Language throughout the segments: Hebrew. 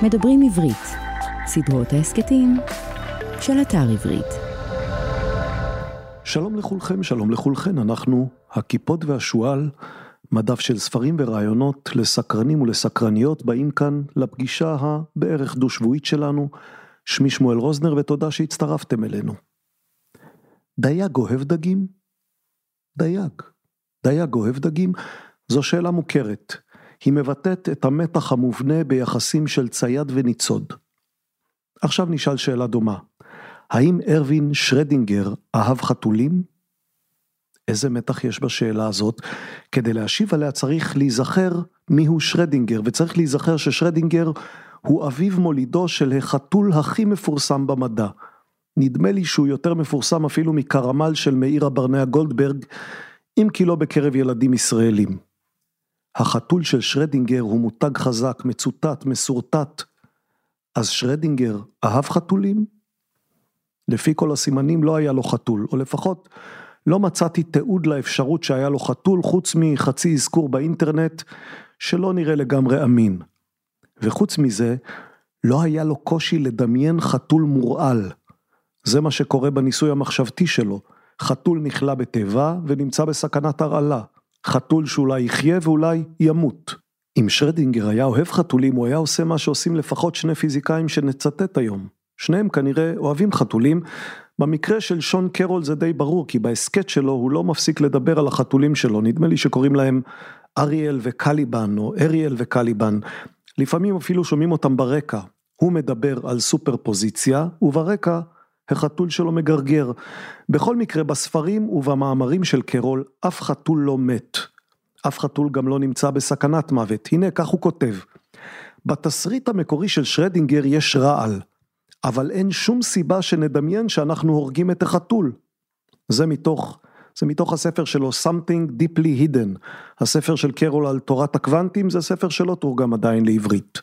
מדברים עברית, סדרות ההסקטים של אתר עברית. שלום לכולכם, שלום לכולכן, אנחנו הכיפות והשואל, מדף של ספרים ורעיונות לסקרנים ולסקרניות, באים כאן לפגישה הבערך דו-שבועית שלנו. שמי שמואל רוזנר ותודה שהצטרפתם אלינו. דייג אוהב דגים? דייג אוהב דגים? זו שאלה מוכרת. היא מבטאת את המתח המובנה ביחסים של צייד וניצוד. עכשיו נשאל שאלה דומה. האם ארווין שרדינגר אהב חתולים? איזה מתח יש בשאלה הזאת? כדי להשיב עליה צריך להיזכר מיהו שרדינגר, וצריך להיזכר ששרדינגר הוא אביו מולידו של החתול הכי מפורסם במדע. נדמה לי שהוא יותר מפורסם אפילו מקרמל של מאירה ברנע גולדברג, אם כי לא בקרב ילדים ישראלים. החתול של שרדינגר הוא מותג חזק, מצוטט, מסורטט. אז שרדינגר אהב חתולים? לפי כל הסימנים לא היה לו חתול, או לפחות לא מצאתי תיעוד לאפשרות שהיה לו חתול, חוץ מחצי אזכור באינטרנט, שלא נראה לגמרי אמין. וחוץ מזה, לא היה לו קושי לדמיין חתול מורעל. זה מה שקורה בניסוי המחשבתי שלו. חתול נכלה בטבע ונמצא בסכנת הרעלה. חתול שאולי יחיה ואולי ימות. אם שרדינגר היה אוהב חתולים, הוא היה עושה מה שעושים לפחות שני פיזיקאים שנצטט היום. שניהם כנראה אוהבים חתולים. במקרה של שון קרול זה די ברור, כי בהסקט שלו הוא לא מפסיק לדבר על החתולים שלו. נדמה לי שקוראים להם אריאל וקליבן, או אריאל וקליבן. לפעמים אפילו שומעים אותם ברקע. הוא מדבר על סופר פוזיציה, וברקע החתול שלו מגרגר. בכל מקרה, בספרים ובמאמרים של קרול, אף חתול לא מת. אף חתול גם לא נמצא בסכנת מוות. הנה, כך הוא כותב. בתסריט המקורי של שרדינגר יש רעל, אבל אין שום סיבה שנדמיין שאנחנו הורגים את החתול. זה מתוך הספר שלו, Something Deeply Hidden. הספר של קרול על תורת הקוונטים, זה ספר שלא תורגם עדיין לעברית.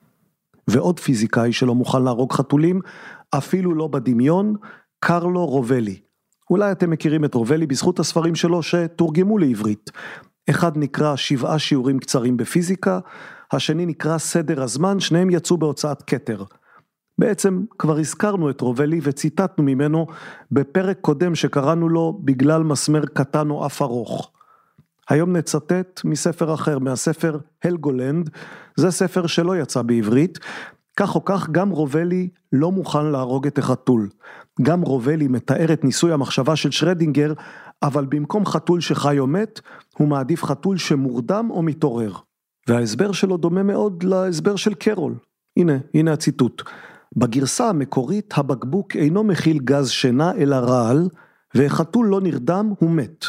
ועוד פיזיקאי שלא מוכן להרוג חתולים, אפילו לא בדמיון, קרלו רובלי. אולי אתם מכירים את רובלי בזכות הספרים שלו שתורגמו לעברית. אחד נקרא 7 שיעורים קצרים בפיזיקה, השני נקרא סדר הזמן, שניהם יצאו בהוצאת כתר. בעצם כבר הזכרנו את רובלי וציטטנו ממנו בפרק קודם שקראנו לו בגלל מסמר קטן או אף ארוך. היום נצטט מספר אחר, מהספר הלגולנד, זה ספר שלא יצא בעברית. כך או כך גם רובלי לא מוכן להרוג את החתול. גם רובלי מתאר את ניסוי המחשבה של שרדינגר, אבל במקום חתול שחי או מת, הוא מעדיף חתול שמורדם או מתעורר. וההסבר שלו דומה מאוד להסבר של קרול. הנה הציטוט. בגרסה המקורית הבקבוק אינו מכיל גז שינה אלא רעל, והחתול לא נרדם, הוא מת.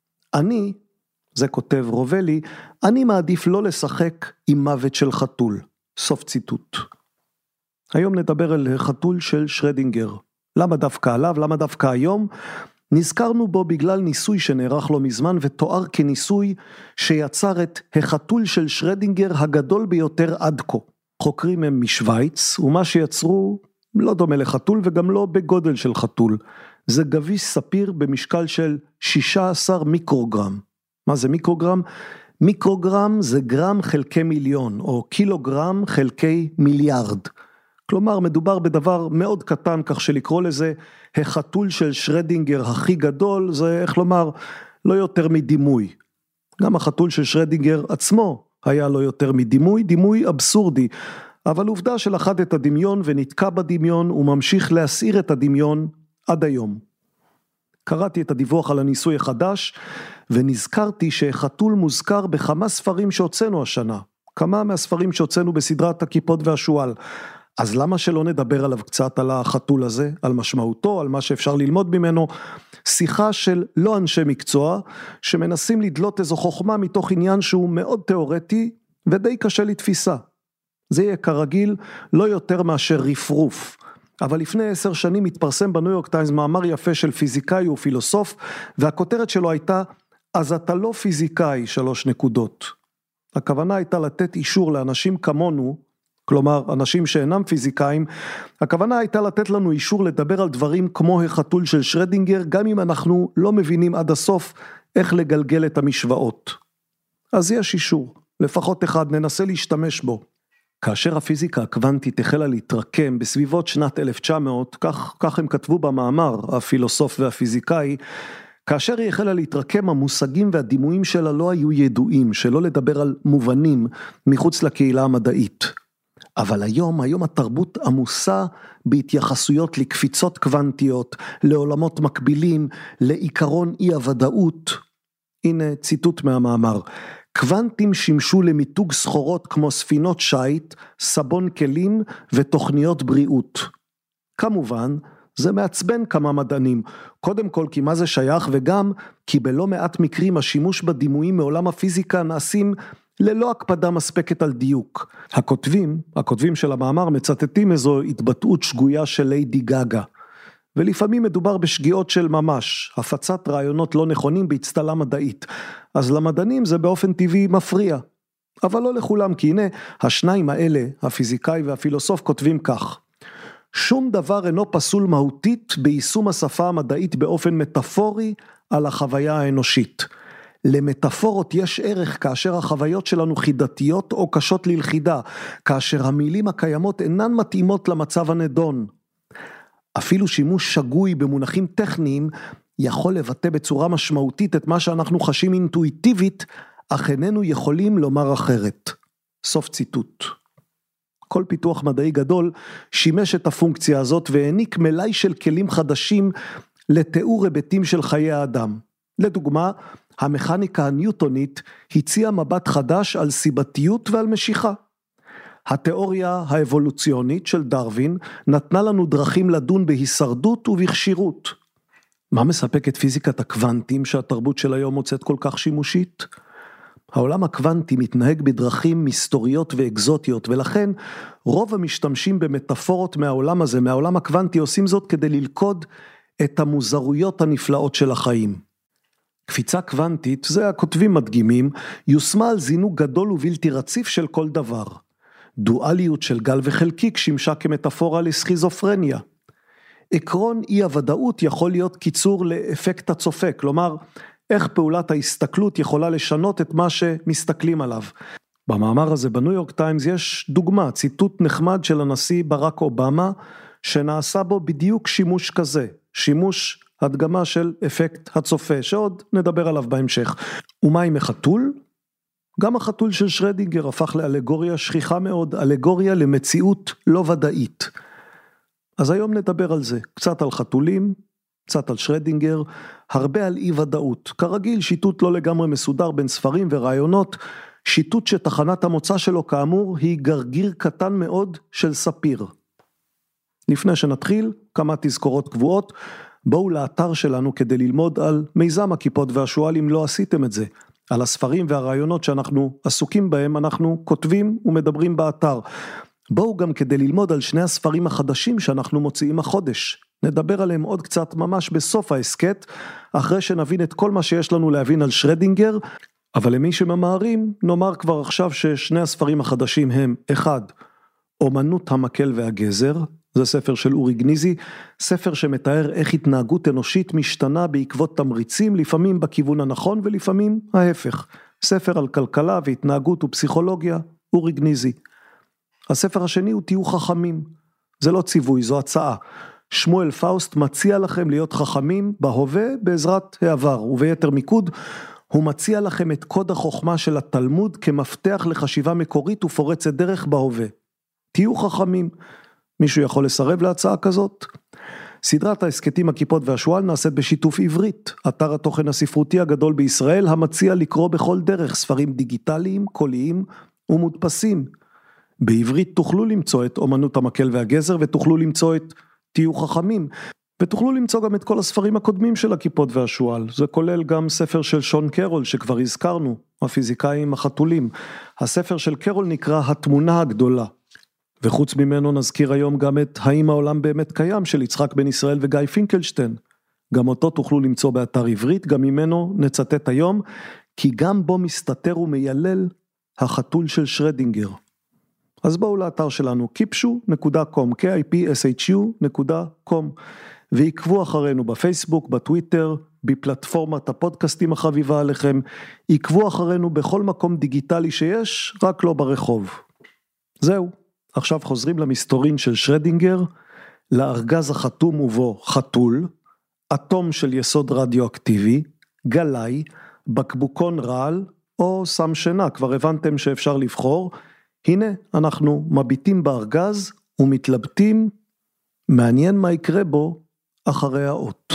זה כותב רובלי, אני מעדיף לא לשחק עם מוות של חתול. סוף ציטוט. היום נדבר על החתול של שרדינגר. למה דווקא עליו? למה דווקא היום? נזכרנו בו בגלל ניסוי שנערך לו מזמן ותואר כניסוי שיצר את החתול של שרדינגר הגדול ביותר עד כה. חוקרים הם משוויץ, ומה שיצרו לא דומה לחתול וגם לא בגודל של חתול. זה גביש ספיר במשקל של 16 מיקרוגרם. מה זה מיקרוגרם? מיקרוגרם זה גרם חלקי מיליון, או קילוגרם חלקי מיליארד. כלומר, מדובר בדבר מאוד קטן, כך שלקרוא לזה החתול של שרדינגר הכי גדול, זה איך לומר, לא יותר מדימוי. גם החתול של שרדינגר עצמו היה לא יותר מדימוי, דימוי אבסורדי, אבל עובדה שלחד את הדמיון ונתקע בדמיון, וממשיך להסעיר את הדמיון עד היום. קראתי את הדיווח על הניסוי החדש, ונזכרתי שהחתול מוזכר בכמה ספרים שהוצאנו השנה, כמה מהספרים שהוצאנו בסדרת הכיפות והשואל. אז למה שלא נדבר עליו קצת, על החתול הזה, על משמעותו, על מה שאפשר ללמוד ממנו? שיחה של לא אנשי מקצוע, שמנסים לדלות איזו חוכמה מתוך עניין שהוא מאוד תיאורטי, ודי קשה לתפיסה. זה יהיה כרגיל לא יותר מאשר רפרוף. אבל לפני 10 שנים התפרסם בניו יורק טיימס מאמר יפה של פיזיקאי ופילוסוף, והכותרת שלו הייתה, אז אתה לא פיזיקאי, 3 נקודות. הכוונה הייתה לתת אישור לאנשים כמונו, כלומר אנשים שאינם פיזיקאים, הכוונה הייתה לתת לנו אישור לדבר על דברים כמו החתול של שרדינגר, גם אם אנחנו לא מבינים עד הסוף איך לגלגל את המשוואות. אז יש אישור, לפחות אחד, ננסה להשתמש בו. כאשר הפיזיקה הקוונטית החלה להתרקם בסביבות שנת 1900, כך הם כתבו במאמר, הפילוסוף והפיזיקאי, כאשר היא החלה להתרקם, המושגים והדימויים שלה לא היו ידועים, שלא לדבר על מובנים מחוץ לקהילה המדעית. אבל היום התרבות עמוסה בהתייחסויות לקפיצות קוונטיות, לעולמות מקבילים, לעיקרון אי הוודאות. הנה ציטוט מהמאמר. קוונטים שימשו למיתוג סחורות כמו ספינות שייט, סבון כלים ותוכניות בריאות. כמובן, זה מעצבן כמה מדענים, קודם כל כי מה זה שייך וגם כי בלא מעט מקרים השימוש בדימויים מעולם הפיזיקה נעשים ללא הקפדה מספקת על דיוק. הכותבים של המאמר מצטטים איזו התבטאות שגויה של ליידי גגה, ולפעמים מדובר בשגיאות של ממש, הפצת רעיונות לא נכונים באצטלה מדעית, אז למדענים זה באופן טבעי מפריע, אבל לא לכולם, כי הנה השניים האלה, הפיזיקאי והפילוסוף, כותבים כך: שום דבר אינו פסול מהותית ביישום השפה המדעית באופן מטאפורי על החוויה האנושית. למטאפורות יש ערך כאשר החוויות שלנו חידתיות או קשות ללכידה, כאשר המילים הקיימות אינן מתאימות למצב הנדון. אפילו שימוש שגוי במונחים טכניים יכול לבטא בצורה משמעותית את מה שאנחנו חשים אינטואיטיבית, אך איננו יכולים לומר אחרת. סוף ציטוט. כל פיתוח מדעי גדול שימש את הפונקציה הזאת והעניק מלאי של כלים חדשים לתיאור היבטים של חיי האדם. לדוגמה, המכניקה הניוטונית הציעה מבט חדש על סיבתיות ועל משיכה. התיאוריה האבולוציונית של דרווין נתנה לנו דרכים לדון בהישרדות ובכשירות. מה מספק את פיזיקת הקוונטים שהתרבות של היום מוצאת כל כך שימושית? העולם הקוונטי מתנהג בדרכים מסתוריות ואקזוטיות, ולכן רוב המשתמשים במטאפורות מהעולם הזה, מהעולם הקוונטי, עושים זאת כדי ללכוד את המוזרויות הנפלאות של החיים. קפיצה קוונטית, זה הכותבים מדגימים, יושמה על זינוק גדול ובלתי רציף של כל דבר. דואליות של גל וחלקיק שימשה כמטאפורה לסכיזופרניה. עקרון אי הוודאות יכול להיות קיצור לאפקט הצופה, כלומר, איך פעולת ההסתכלות יכולה לשנות את מה שמסתכלים עליו. במאמר הזה בניו יורק טיימס יש דוגמה, ציטוט נחמד של הנשיא ברק אובמה, שנעשה בו בדיוק שימוש כזה, שימוש הדגמה של אפקט הצופה, שעוד נדבר עליו בהמשך. ומה עם החתול? גם החתול של שרדינגר הפך לאלגוריה שכיחה מאוד, אלגוריה למציאות לא ודאית. אז היום נדבר על זה, קצת על חתולים, קצת על שרדינגר, הרבה על אי ודאות. כרגיל שיטוט לא לגמרי מסודר בין ספרים ורעיונות, שיטוט שתחנת המוצא שלו כאמור היא גרגיר קטן מאוד של ספיר. לפני שנתחיל, כמה תזכורות קבועות, בואו לאתר שלנו כדי ללמוד על מיזם הכיפות והשואל אם לא עשיתם את זה. על הספרים והרעיונות שאנחנו עסוקים בהם, אנחנו כותבים ומדברים באתר. בואו גם כדי ללמוד על שני הספרים החדשים שאנחנו מוציאים החודש. נדבר עליהם עוד קצת ממש בסוף העסקת, אחרי שנבין את כל מה שיש לנו להבין על שרדינגר, אבל למי שממהרים, נאמר כבר עכשיו ששני הספרים החדשים הם 1. אומנות המקל והגזר, זה ספר של אורי גניזי, ספר שמתאר איך התנהגות אנושית משתנה בעקבות תמריצים, לפעמים בכיוון הנכון ולפעמים ההפך. ספר על כלכלה והתנהגות ופסיכולוגיה, אורי גניזי. הספר השני הוא תהיו חכמים, זה לא ציווי, זו הצעה. שמואל פאוסט מציע לכם להיות חכמים בהווה בעזרת העבר, וביתר מיקוד, הוא מציע לכם את קוד החוכמה של התלמוד כמפתח לחשיבה מקורית ופורצת דרך בהווה. תהיו חכמים. מישהו יכול לסרב להצעה כזאת? סדרת העסקתים הכיפות והשואל נעשית בשיתוף עברית, אתר התוכן הספרותי הגדול בישראל, המציע לקרוא בכל דרך ספרים דיגיטליים, קוליים ומודפסים. בעברית תוכלו למצוא את אומנות המקל והגזר, ותוכלו למצוא את תהיו חכמים, ותוכלו למצוא גם את כל הספרים הקודמים של הכיפות והשואל. זה כולל גם ספר של שון קרול שכבר הזכרנו, הפיזיקאים החתולים. הספר של קרול נקרא התמונה הגדולה. וחוץ ממנו נזכיר היום גם את האם העולם באמת קיים של יצחק בן ישראל וגיא פינקלשטיין. גם אותו תוכלו למצוא באתר עברית, גם ממנו נצטט היום, כי גם בו מסתתר ומיילל החתול של שרדינגר. אז בואו לאתר שלנו kipshu.com, kipshu.com, ועקבו אחרינו בפייסבוק, בטוויטר, בפלטפורמת הפודקאסטים החביבה עליכם, עקבו אחרינו בכל מקום דיגיטלי שיש, רק לא ברחוב. זהו, עכשיו חוזרים למסתורין של שרדינגר, לארגז החתום ובו חתול, אטום של יסוד רדיואקטיבי, גלאי, בקבוקון רעל, או סם שינה, כבר הבנתם שאפשר לבחור. הנה, אנחנו מביטים בארגז ומתלבטים, מעניין מה יקרה בו אחרי האות.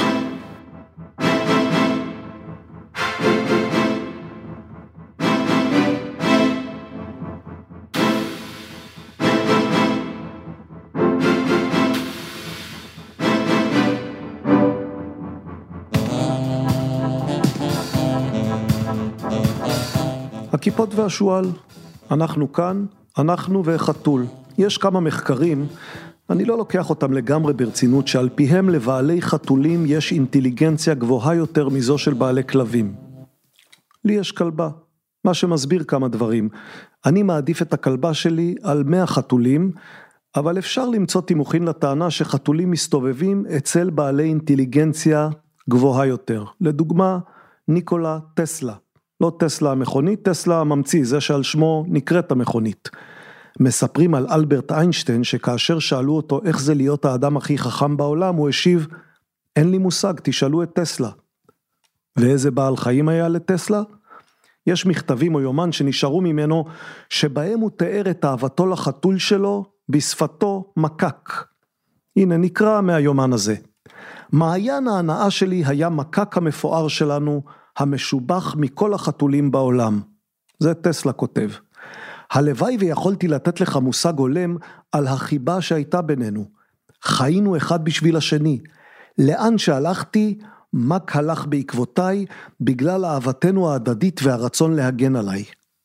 הכיפות והשואל, אנחנו כאן, אנחנו וחתול. יש כמה מחקרים, אני לא לוקח אותם לגמרי ברצינות, שעל פיהם לבעלי חתולים יש אינטליגנציה גבוהה יותר מזו של בעלי כלבים. לי יש כלבה, מה שמסביר כמה דברים. אני מעדיף את הכלבה שלי על 100 חתולים, אבל אפשר למצוא תימוכין לטענה שחתולים מסתובבים אצל בעלי אינטליגנציה גבוהה יותר. לדוגמה, ניקולה טסלה. לא טסלה המכונית, טסלה הממציא, זה שעל שמו נקראת המכונית. מספרים על אלברט איינשטיין, שכאשר שאלו אותו איך זה להיות האדם הכי חכם בעולם, הוא השיב, אין לי מושג, תשאלו את טסלה. ואיזה בעל חיים היה לטסלה? יש מכתבים או יומן שנשארו ממנו, שבהם הוא תיאר את אהבתו לחתול שלו, בשפתו מקק. הנה נקרא מהיומן הזה. מעיין ההנאה שלי היה מקק המפואר שלנו, המשובח מכל החתולים בעולם. זה טסלה כותב. הלוואי ויכולתי לתת לך מושג הולם על החיבה שהייתה בינינו. חיינו אחד בשביל השני. לאן שהלכתי, מק הלך בעקבותיי, בגלל אהבתנו ההדדית והרצון להגן עליי.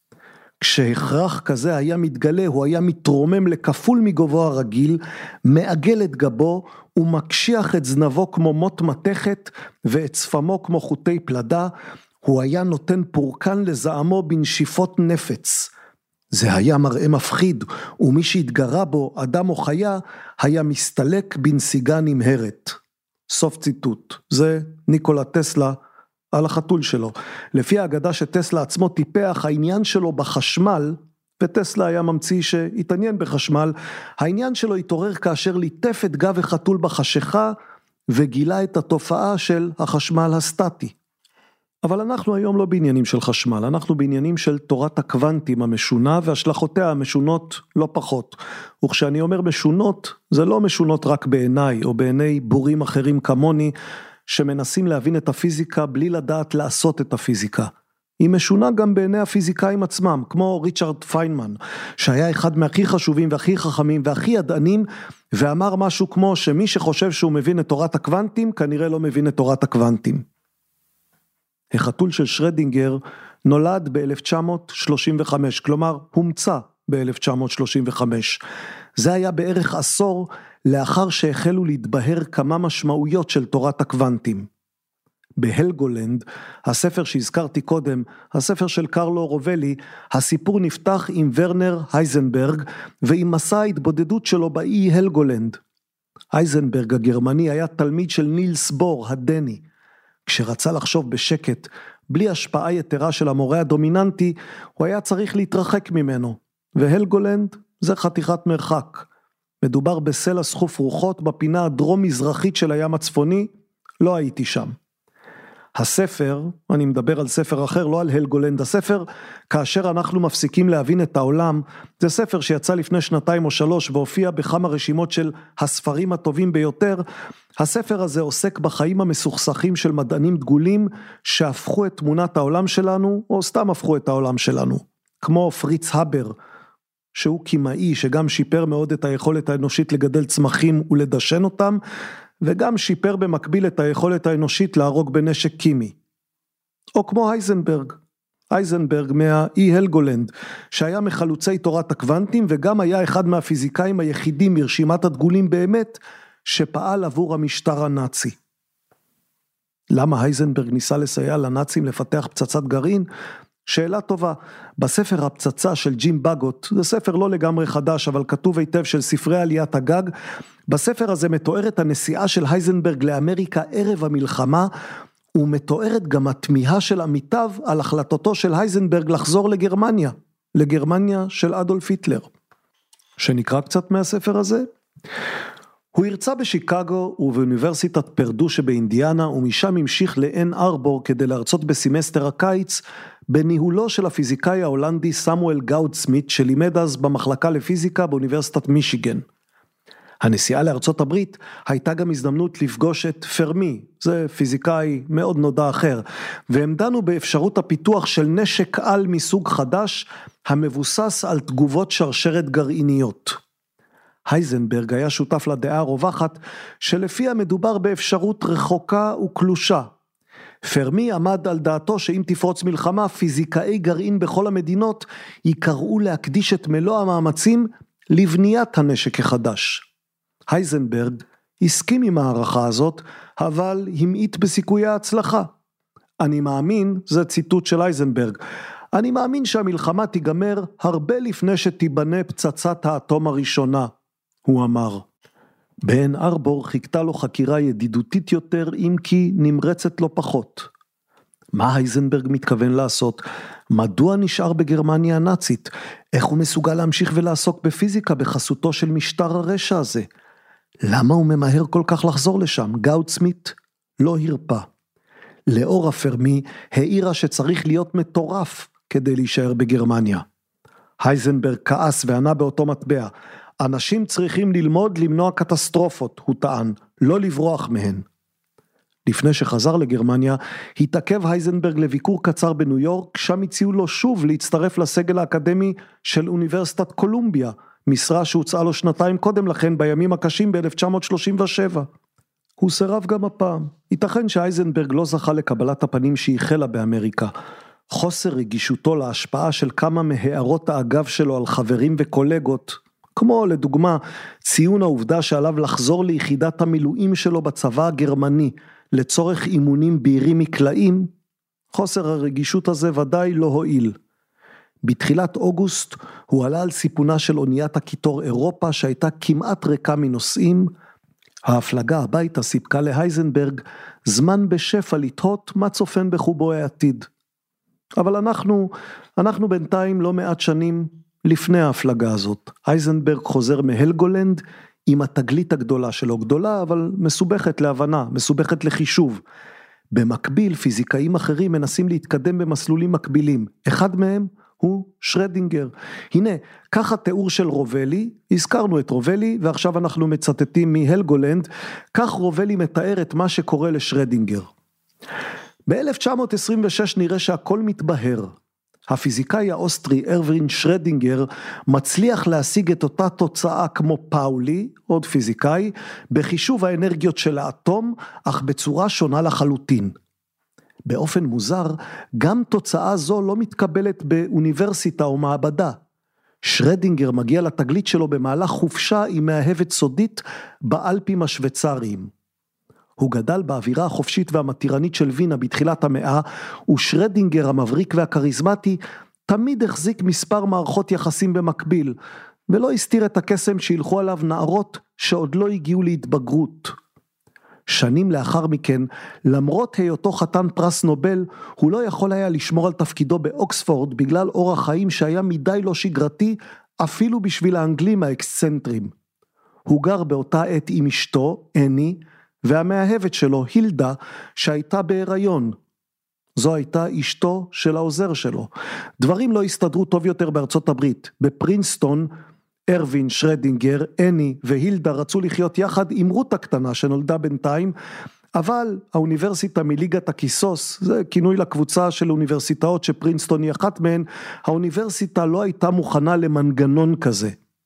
כשהכרח כזה היה מתגלה, הוא היה מתרומם לכפול מגובו הרגיל, מעגל את גבו, ומקשיח את זנבו כמו מות מתכת, ואת שפמו כמו חוטי פלדה, הוא היה נותן פורקן לזעמו בנשיפות נפץ. זה היה מראה מפחיד, ומי שהתגרה בו, אדם או חיה, היה מסתלק בנסיגה נמהרת. סוף ציטוט. זה ניקולה טסלה על החתול שלו. לפי האגדה שטסלה עצמו טיפח, העניין שלו בחשמל, וטסלה היה ממציא שהתעניין בחשמל, העניין שלו התעורר כאשר ליטף את גב החתול בחשיכה, וגילה את התופעה של החשמל הסטטי. אבל אנחנו היום לא בעניינים של חשמל, אנחנו בעניינים של תורת הקוונטים המשונה, והשלכותיה המשונות לא פחות. וכשאני אומר משונות, זה לא משונות רק בעיניי, או בעיני בורים אחרים כמוני, שמנסים להבין את הפיזיקה בלי לדעת לעשות את הפיזיקה. היא משונה גם בעיני הפיזיקאים עצמם, כמו ריצ'רד פיינמן, שהיה אחד מהכי חשובים והכי חכמים והכי ידענים, ואמר משהו כמו שמי שחושב שהוא מבין את תורת הקוונטים, כנראה לא מבין את תורת הקוונטים. החתול של שרדינגר נולד ב-1935, כלומר הומצא ב-1935. זה היה בערך עשור לאחר שהחלו להתבהר כמה משמעויות של תורת הקוונטים. בהלגולנד, הספר שהזכרתי קודם, הספר של קרלו רובלי, הסיפור נפתח עם ורנר הייזנברג, ועם מסע ההתבודדות שלו באי הלגולנד. הייזנברג הגרמני היה תלמיד של נילס בור, הדני. כשרצה לחשוב בשקט, בלי השפעה יתרה של המורה הדומיננטי, הוא היה צריך להתרחק ממנו. והלגולנד זה חתיכת מרחק. מדובר בסלע סחוף רוחות בפינה הדרום-מזרחית של הים הצפוני, לא הייתי שם. הספר, אני מדבר על ספר אחר, לא על הלגולנד, הספר, כאשר אנחנו מפסיקים להבין את העולם, זה ספר שיצא לפני 2 או 3 והופיע בכמה רשימות של הספרים הטובים ביותר. הספר הזה עוסק בחיים המסוכסכים של מדענים דגולים, שהפכו את תמונת העולם שלנו, או סתם הפכו את העולם שלנו, כמו פריץ הבר, שהוא כימאי שגם שיפר מאוד את היכולת האנושית לגדל צמחים ולדשן אותם, וגם שיפר במקביל את היכולת האנושית להרוג בנשק קימי. או כמו הייזנברג מהאי הלגולנד, שהיה מחלוצי תורת הקוונטים, וגם היה אחד מהפיזיקאים היחידים מרשימת הדגולים באמת, שפעל עבור המשטר הנאצי. למה הייזנברג ניסה לסייע לנאצים לפתח פצצת גרעין? שאלה טובה. בספר הפצצה של ג'ים בגוט, זה ספר לא לגמרי חדש, אבל כתוב היטב של ספרי עליית הגג, בספר הזה מתוארת הנסיעה של הייזנברג לאמריקה ערב המלחמה, ומתוארת גם התמיהה של עמיתיו על החלטתו של הייזנברג לחזור לגרמניה של אדולף היטלר. שנקרא קצת מהספר הזה? הוא הרצה בשיקגו ובאוניברסיטת פרדו שבאינדיאנה, ומשם המשיך לאן ארבור כדי להרצות בסמסטר הקיץ, בניהולו של הפיזיקאי ההולנדי סמואל גאודסמית, שלימד אז במחלקה לפיזיקה באוניברסיטת מישיגן. הנסיעה לארצות הברית הייתה גם הזדמנות לפגוש את פרמי, זה פיזיקאי מאוד נודע אחר, והם דנו באפשרות הפיתוח של נשק על מסוג חדש, המבוסס על תגובות שרשרת גרעיניות. הייזנברג היה שותף לדעה הרווחת, שלפיה מדובר באפשרות רחוקה וקלושה. פרמי עמד על דעתו שאם תפרוץ מלחמה, פיזיקאי גרעין בכל המדינות יקראו להקדיש את מלוא המאמצים לבניית הנשק החדש. הייזנברג הסכים עם הערכה הזאת, אבל המעיט בסיכויי ההצלחה. אני מאמין, זה ציטוט של הייזנברג, אני מאמין שהמלחמה תיגמר הרבה לפני שתיבנה פצצת האטום הראשונה, הוא אמר. באן ארבור חיכתה לו חקירה ידידותית יותר, אם כי נמרצת לו פחות. מה הייזנברג מתכוון לעשות? מדוע נשאר בגרמניה הנאצית? איך הוא מסוגל להמשיך ולעסוק בפיזיקה בחסותו של משטר הרשע הזה? למה הוא ממהר כל כך לחזור לשם? גאודסמית לא הרפה. לאורה פרמי העירה שצריך להיות מטורף כדי להישאר בגרמניה. הייזנברג כעס וענה באותו מטבע, אנשים צריכים ללמוד למנוע קטסטרופות, הוא טען, לא לברוח מהן. לפני שחזר לגרמניה, התעכב הייזנברג לביקור קצר בניו יורק, שם הציעו לו שוב להצטרף לסגל האקדמי של אוניברסיטת קולומביה, משרה שהוצאה לו שנתיים קודם לכן בימים הקשים ב-1937. הוא סירב גם הפעם. ייתכן שהייזנברג לא זכה לקבלת הפנים שהחלה באמריקה. חוסר רגישותו להשפעה של כמה מהערות האגב שלו על חברים וקולגות, כמו לדוגמה ציון העובדה שעליו לחזור ליחידת המילואים שלו בצבא הגרמני לצורך אימונים בהירים מקלעים, חוסר הרגישות הזה ודאי לא הועיל. בתחילת אוגוסט הוא עלה על סיפונה של אוניית הקיטור אירופה שהייתה כמעט ריקה מנוסעים. ההפלגה הביתה סיפקה להייזנברג זמן בשפע לתהות מה צופן בחובו העתיד. אבל אנחנו בינתיים לא מעט שנים לפני ההפלגה הזאת. הייזנברג חוזר מהלגולנד עם התגלית הגדולה שלו, גדולה אבל מסובכת להבנה, מסובכת לחישוב. במקביל פיזיקאים אחרים מנסים להתקדם במסלולים מקבילים, אחד מהם הוא שרדינגר. הנה, ככה תיאור של רובלי, הזכרנו את רובלי ועכשיו אנחנו מצטטים מהלגולנד, כך רובלי מתאר את מה שקורה לשרדינגר. ב-1926 נראה שהכל מתבהר. הפיזיקאי האוסטרי ארווין שרדינגר מצליח להשיג את אותה תוצאה כמו פאולי, עוד פיזיקאי, בחישוב האנרגיות של האטום, אך בצורה שונה לחלוטין. באופן מוזר, גם תוצאה זו לא מתקבלת באוניברסיטה או מעבדה. שרדינגר מגיע לתגלית שלו במהלך חופשה עם מאהבת סודית באלפים השוויצריים. הוא גדל באווירה החופשית והמתירנית של וינה בתחילת המאה, ושרדינגר המבריק והקריזמטי תמיד החזיק מספר מערכות יחסים במקביל, ולא הסתיר את הקסם שילכו עליו נערות שעוד לא הגיעו להתבגרות. שנים לאחר מכן, למרות היותו חתן פרס נובל, הוא לא יכול היה לשמור על תפקידו באוקספורד, בגלל אורח חיים שהיה מדי לא שגרתי, אפילו בשביל האנגלים האקסצנטרים. הוא גר באותה עת עם אשתו, אני, והמאהבת שלו, הילדה, שהייתה בהיריון. זו הייתה אשתו של העוזר שלו. דברים לא הסתדרו טוב יותר בארצות הברית. בפרינסטון, ארווין, שרדינגר, אני והילדה רצו לחיות יחד עם רות הקטנה שנולדה בינתיים, אבל האוניברסיטה מליגת הכיסוס, זה כינוי לקבוצה של אוניברסיטאות שפרינסטון היא אחת מהן, האוניברסיטה לא הייתה מוכנה למנגנון כזה.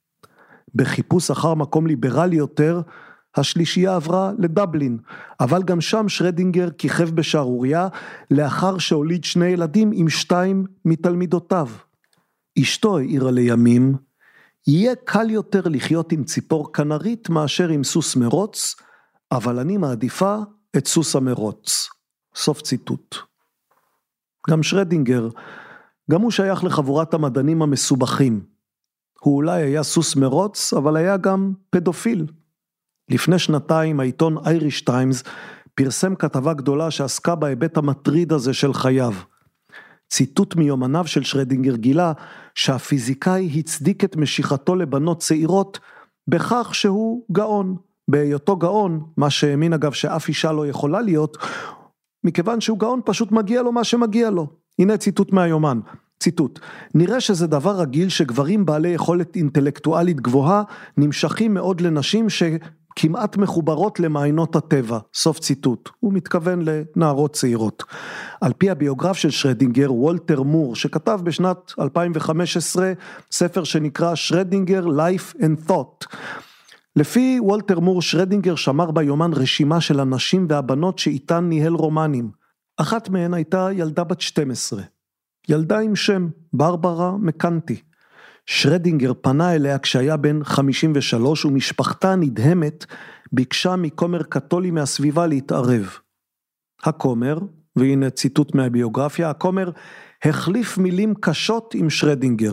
בחיפוש אחר מקום ליברלי יותר, השלישייה עברה לדבלין, אבל גם שם שרדינגר כיכב בשערוריה, לאחר שהוליד 2 ילדים עם 2 מתלמידותיו. אשתו העירה לימים, יהיה קל יותר לחיות עם ציפור קנרית מאשר עם סוס מרוץ, אבל אני מעדיפה את סוס המרוץ. סוף ציטוט. גם שרדינגר, גם הוא שייך לחבורת המדענים המסובכים. הוא אולי היה סוס מרוץ, אבל היה גם פדופיל. לפני שנתיים העיתון אייריש טיימס פרסם כתבה גדולה שעסקה בהיבט המטריד הזה של חייו. ציטוט מיומניו של שרדינגר גילה שהפיזיקאי הצדיק את משיכתו לבנות צעירות בכך שהוא גאון. בהיותו גאון, מה שהאמין אגב שאף אישה לא יכולה להיות, מכיוון שהוא גאון פשוט מגיע לו מה שמגיע לו. הנה ציטוט מהיומן. ציטוט: נראה שזה דבר רגיל שגברים בעלי יכולת אינטלקטואלית גבוהה נמשכים מאוד לנשים שכמעט מחוברות למעיינות הטבע. סוף ציטוט. הוא מתכוון לנערות צעירות. על פי הביוגרף של שרדינגר, וולטר מור, שכתב בשנת 2015 ספר שנקרא שרדינגר Life and Thought. לפי וולטר מור, שרדינגר שמר ביומן רשימה של הנשים והבנות שאיתן ניהל רומנים. אחת מהן הייתה ילדה בת 12. ילדה עם שם ברברה מקנטי. שרדינגר פנה אליה כשהיה בן 53 ומשפחתה נדהמת ביקשה מכומר קתולי מהסביבה להתערב. הכומר, והנה ציטוט מהביוגרפיה, הכומר החליף מילים קשות עם שרדינגר.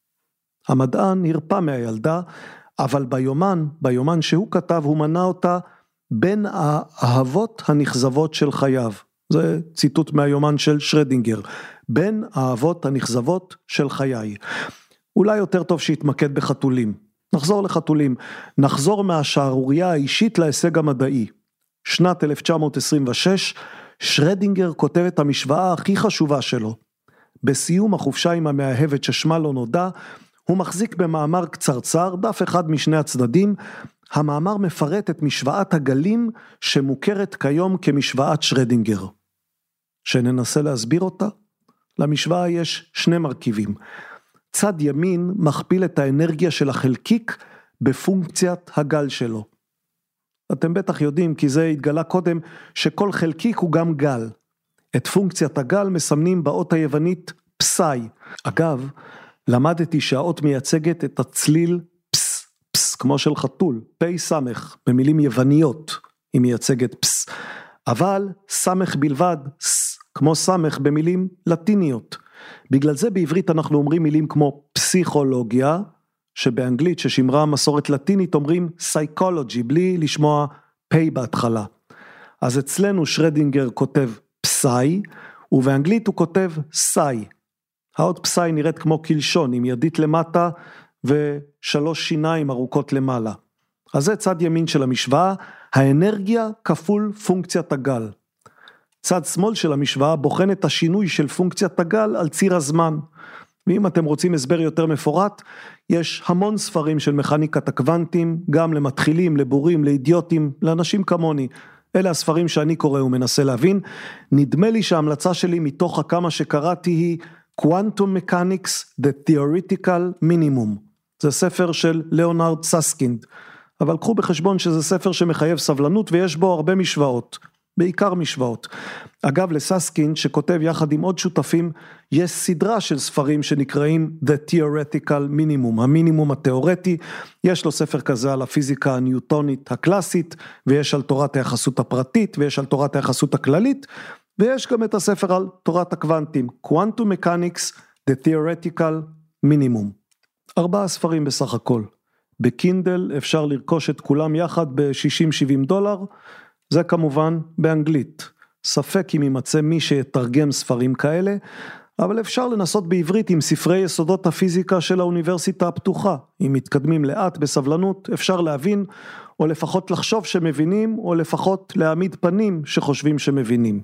המדען הרפא מהילדה, אבל ביומן שהוא כתב הוא מנה אותה בין האהבות הנכזבות של חייו. זה ציטוט מהיומן של שרדינגר. בין האהבות הנכזבות של חיי. אולי יותר טוב שיתמקד בחתולים. נחזור לחתולים. נחזור מהשערוריה האישית להישג המדעי. שנת 1926, שרדינגר כותב את המשוואה הכי חשובה שלו. בסיום החופשה עם המאהבת ששמה לא נודע, הוא מחזיק במאמר קצרצר, דף אחד משני הצדדים. המאמר מפרט את משוואת הגלים שמוכרת כיום כמשוואת שרדינגר. שננסה להסביר אותה? למשוואה יש שני מרכיבים. צד ימין מכפיל את האנרגיה של החלקיק בפונקציית הגל שלו. אתם בטח יודעים, כי זה התגלה קודם, שכל חלקיק הוא גם גל. את פונקציית הגל מסמנים באות היוונית פסאי. אגב, למדתי שהאות מייצגת את הצליל פס, פס, כמו של חתול, פי סמך, במילים יווניות, היא מייצגת פס. אבל סמך בלבד, ס, כמו סמך במילים לטיניות. בגלל זה בעברית אנחנו אומרים מילים כמו פסיכולוגיה, שבאנגלית ששמרה מסורת לטינית אומרים psychology, בלי לשמוע פי בהתחלה. אז אצלנו שרדינגר כותב פסאי, ובאנגלית הוא כותב סאי. האות פסאי נראית כמו קלשון, עם ידית למטה ושלוש שיניים ארוכות למעלה. אז זה צד ימין של המשוואה, האנרגיה כפול פונקציית הגל. צד שמאל של המשוואה בוחן את השינוי של פונקציית הגל על ציר הזמן. ואם אתם רוצים הסבר יותר מפורט, יש המון ספרים של מכניקת הקוונטים, גם למתחילים, לבורים, לאידיוטים, לאנשים כמוני. אלה הספרים שאני קורא ומנסה להבין. נדמה לי שההמלצה שלי מתוך הכמה שקראתי היא Quantum Mechanics, The Theoretical Minimum. זה ספר של ליאונרד סאסקינד. אבל קחו בחשבון שזה ספר שמחייב סבלנות ויש בו הרבה משוואות. בעיקר משוואות. אגב, לסאסקינד שכותב יחד עם עוד שותפים, יש סדרה של ספרים שנקראים The Theoretical Minimum, המינימום התיאורטי. יש לו ספר כזה על הפיזיקה הניוטונית הקלאסית, ויש על תורת היחסות הפרטית, ויש על תורת היחסות הכללית, ויש גם את הספר על תורת הקוונטים, Quantum Mechanics, The Theoretical Minimum. 4 ספרים בסך הכל. בקינדל אפשר לרכוש את כולם יחד ב$60-70, זה כמובן באנגלית. ספק אם יימצא מי שיתרגם ספרים כאלה, אבל אפשר לנסות בעברית עם ספרי יסודות הפיזיקה של האוניברסיטה הפתוחה. אם מתקדמים לאט בסבלנות, אפשר להבין, או לפחות לחשוב שמבינים, או לפחות להעמיד פנים שחושבים שמבינים.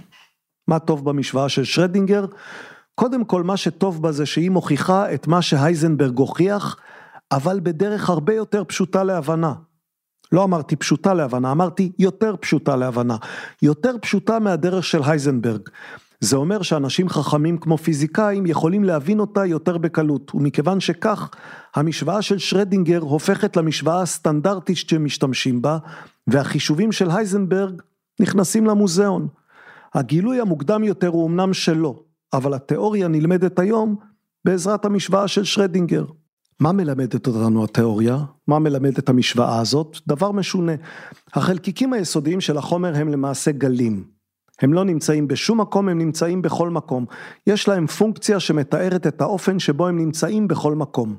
מה טוב במשוואה של שרדינגר? קודם כל מה שטוב בה זה שהיא מוכיחה את מה שהייזנברג הוכיח, אבל בדרך הרבה יותר פשוטה להבנה. לא אמרתי פשוטה להבנה, אמרתי יותר פשוטה להבנה. יותר פשוטה מהדרך של הייזנברג. זה אומר שאנשים חכמים כמו פיזיקאים יכולים להבין אותה יותר בקלות, ומכיוון שכך, המשוואה של שרדינגר הופכת למשוואה הסטנדרטית שמשתמשים בה, והחישובים של הייזנברג נכנסים למוזיאון. הגילוי המוקדם יותר הוא אמנם שלו, אבל התיאוריה נלמדת היום בעזרת המשוואה של שרדינגר. מה מלמדת אותנו התיאוריה? מה מלמדת המשוואה הזאת? דבר משונה. החלקיקים היסודיים של החומר הם למעשה גלים. הם לא נמצאים בשום מקום, הם נמצאים בכל מקום. יש להם פונקציה שמתארת את האופן שבו הם נמצאים בכל מקום.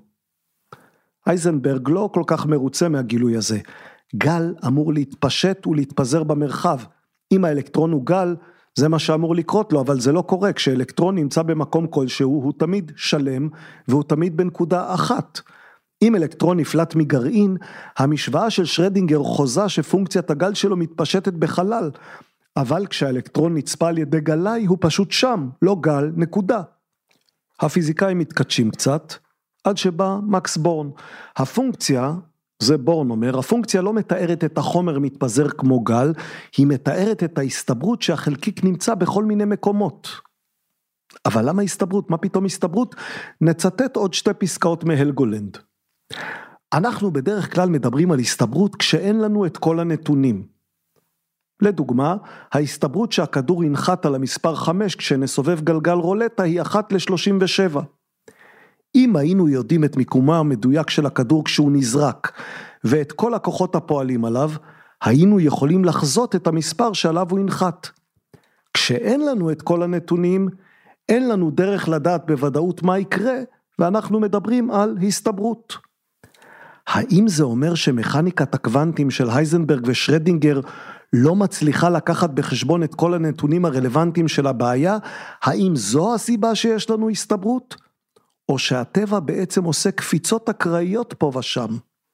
הייזנברג לא כל כך מרוצה מהגילוי הזה. גל אמור להתפשט ולהתפזר במרחב. אם האלקטרון הוא גל, זה מה שאמור לקרות לו, אבל זה לא קורה. כשאלקטרון נמצא במקום כלשהו, הוא תמיד שלם, והוא תמיד בנקודה אחת. אם אלקטרון נפלט מגרעין, המשוואה של שרדינגר חוזה שפונקציית הגל שלו מתפשטת בחלל, אבל כשהאלקטרון נצפה על ידי גלאי, הוא פשוט שם, לא גל, נקודה. הפיזיקאים מתקדשים קצת, עד שבא מקס בורן. הפונקציה, זה בורן אומר, הפונקציה לא מתארת את החומר מתפזר כמו גל, היא מתארת את ההסתברות שהחלקיק נמצא בכל מיני מקומות. אבל למה הסתברות? מה פתאום הסתברות? נצטט עוד שתי פסקאות מהלגולנד. אנחנו בדרך כלל מדברים על הסתברות כשאין לנו את כל הנתונים. לדוגמה, ההסתברות שהכדור ינחת על המספר 5 כשנסובב גלגל רולטה היא 1 ל-37. אם היינו יודעים את מיקומו המדויק של הכדור כשהוא נזרק, ואת כל הכוחות הפועלים עליו, היינו יכולים לחזות את המספר שעליו הוא ינחת. כשאין לנו את כל הנתונים, אין לנו דרך לדעת בוודאות מה יקרה, ואנחנו מדברים על הסתברות. האם זה אומר שמכניקת הקוונטים של הייזנברג ושרדינגר לא מצליחה לקחת בחשבון את כל הנתונים הרלוונטיים של הבעיה? האם זו הסיבה שיש לנו הסתברות? או שהטבע בעצם עושה קפיצות אקראיות פה ושם?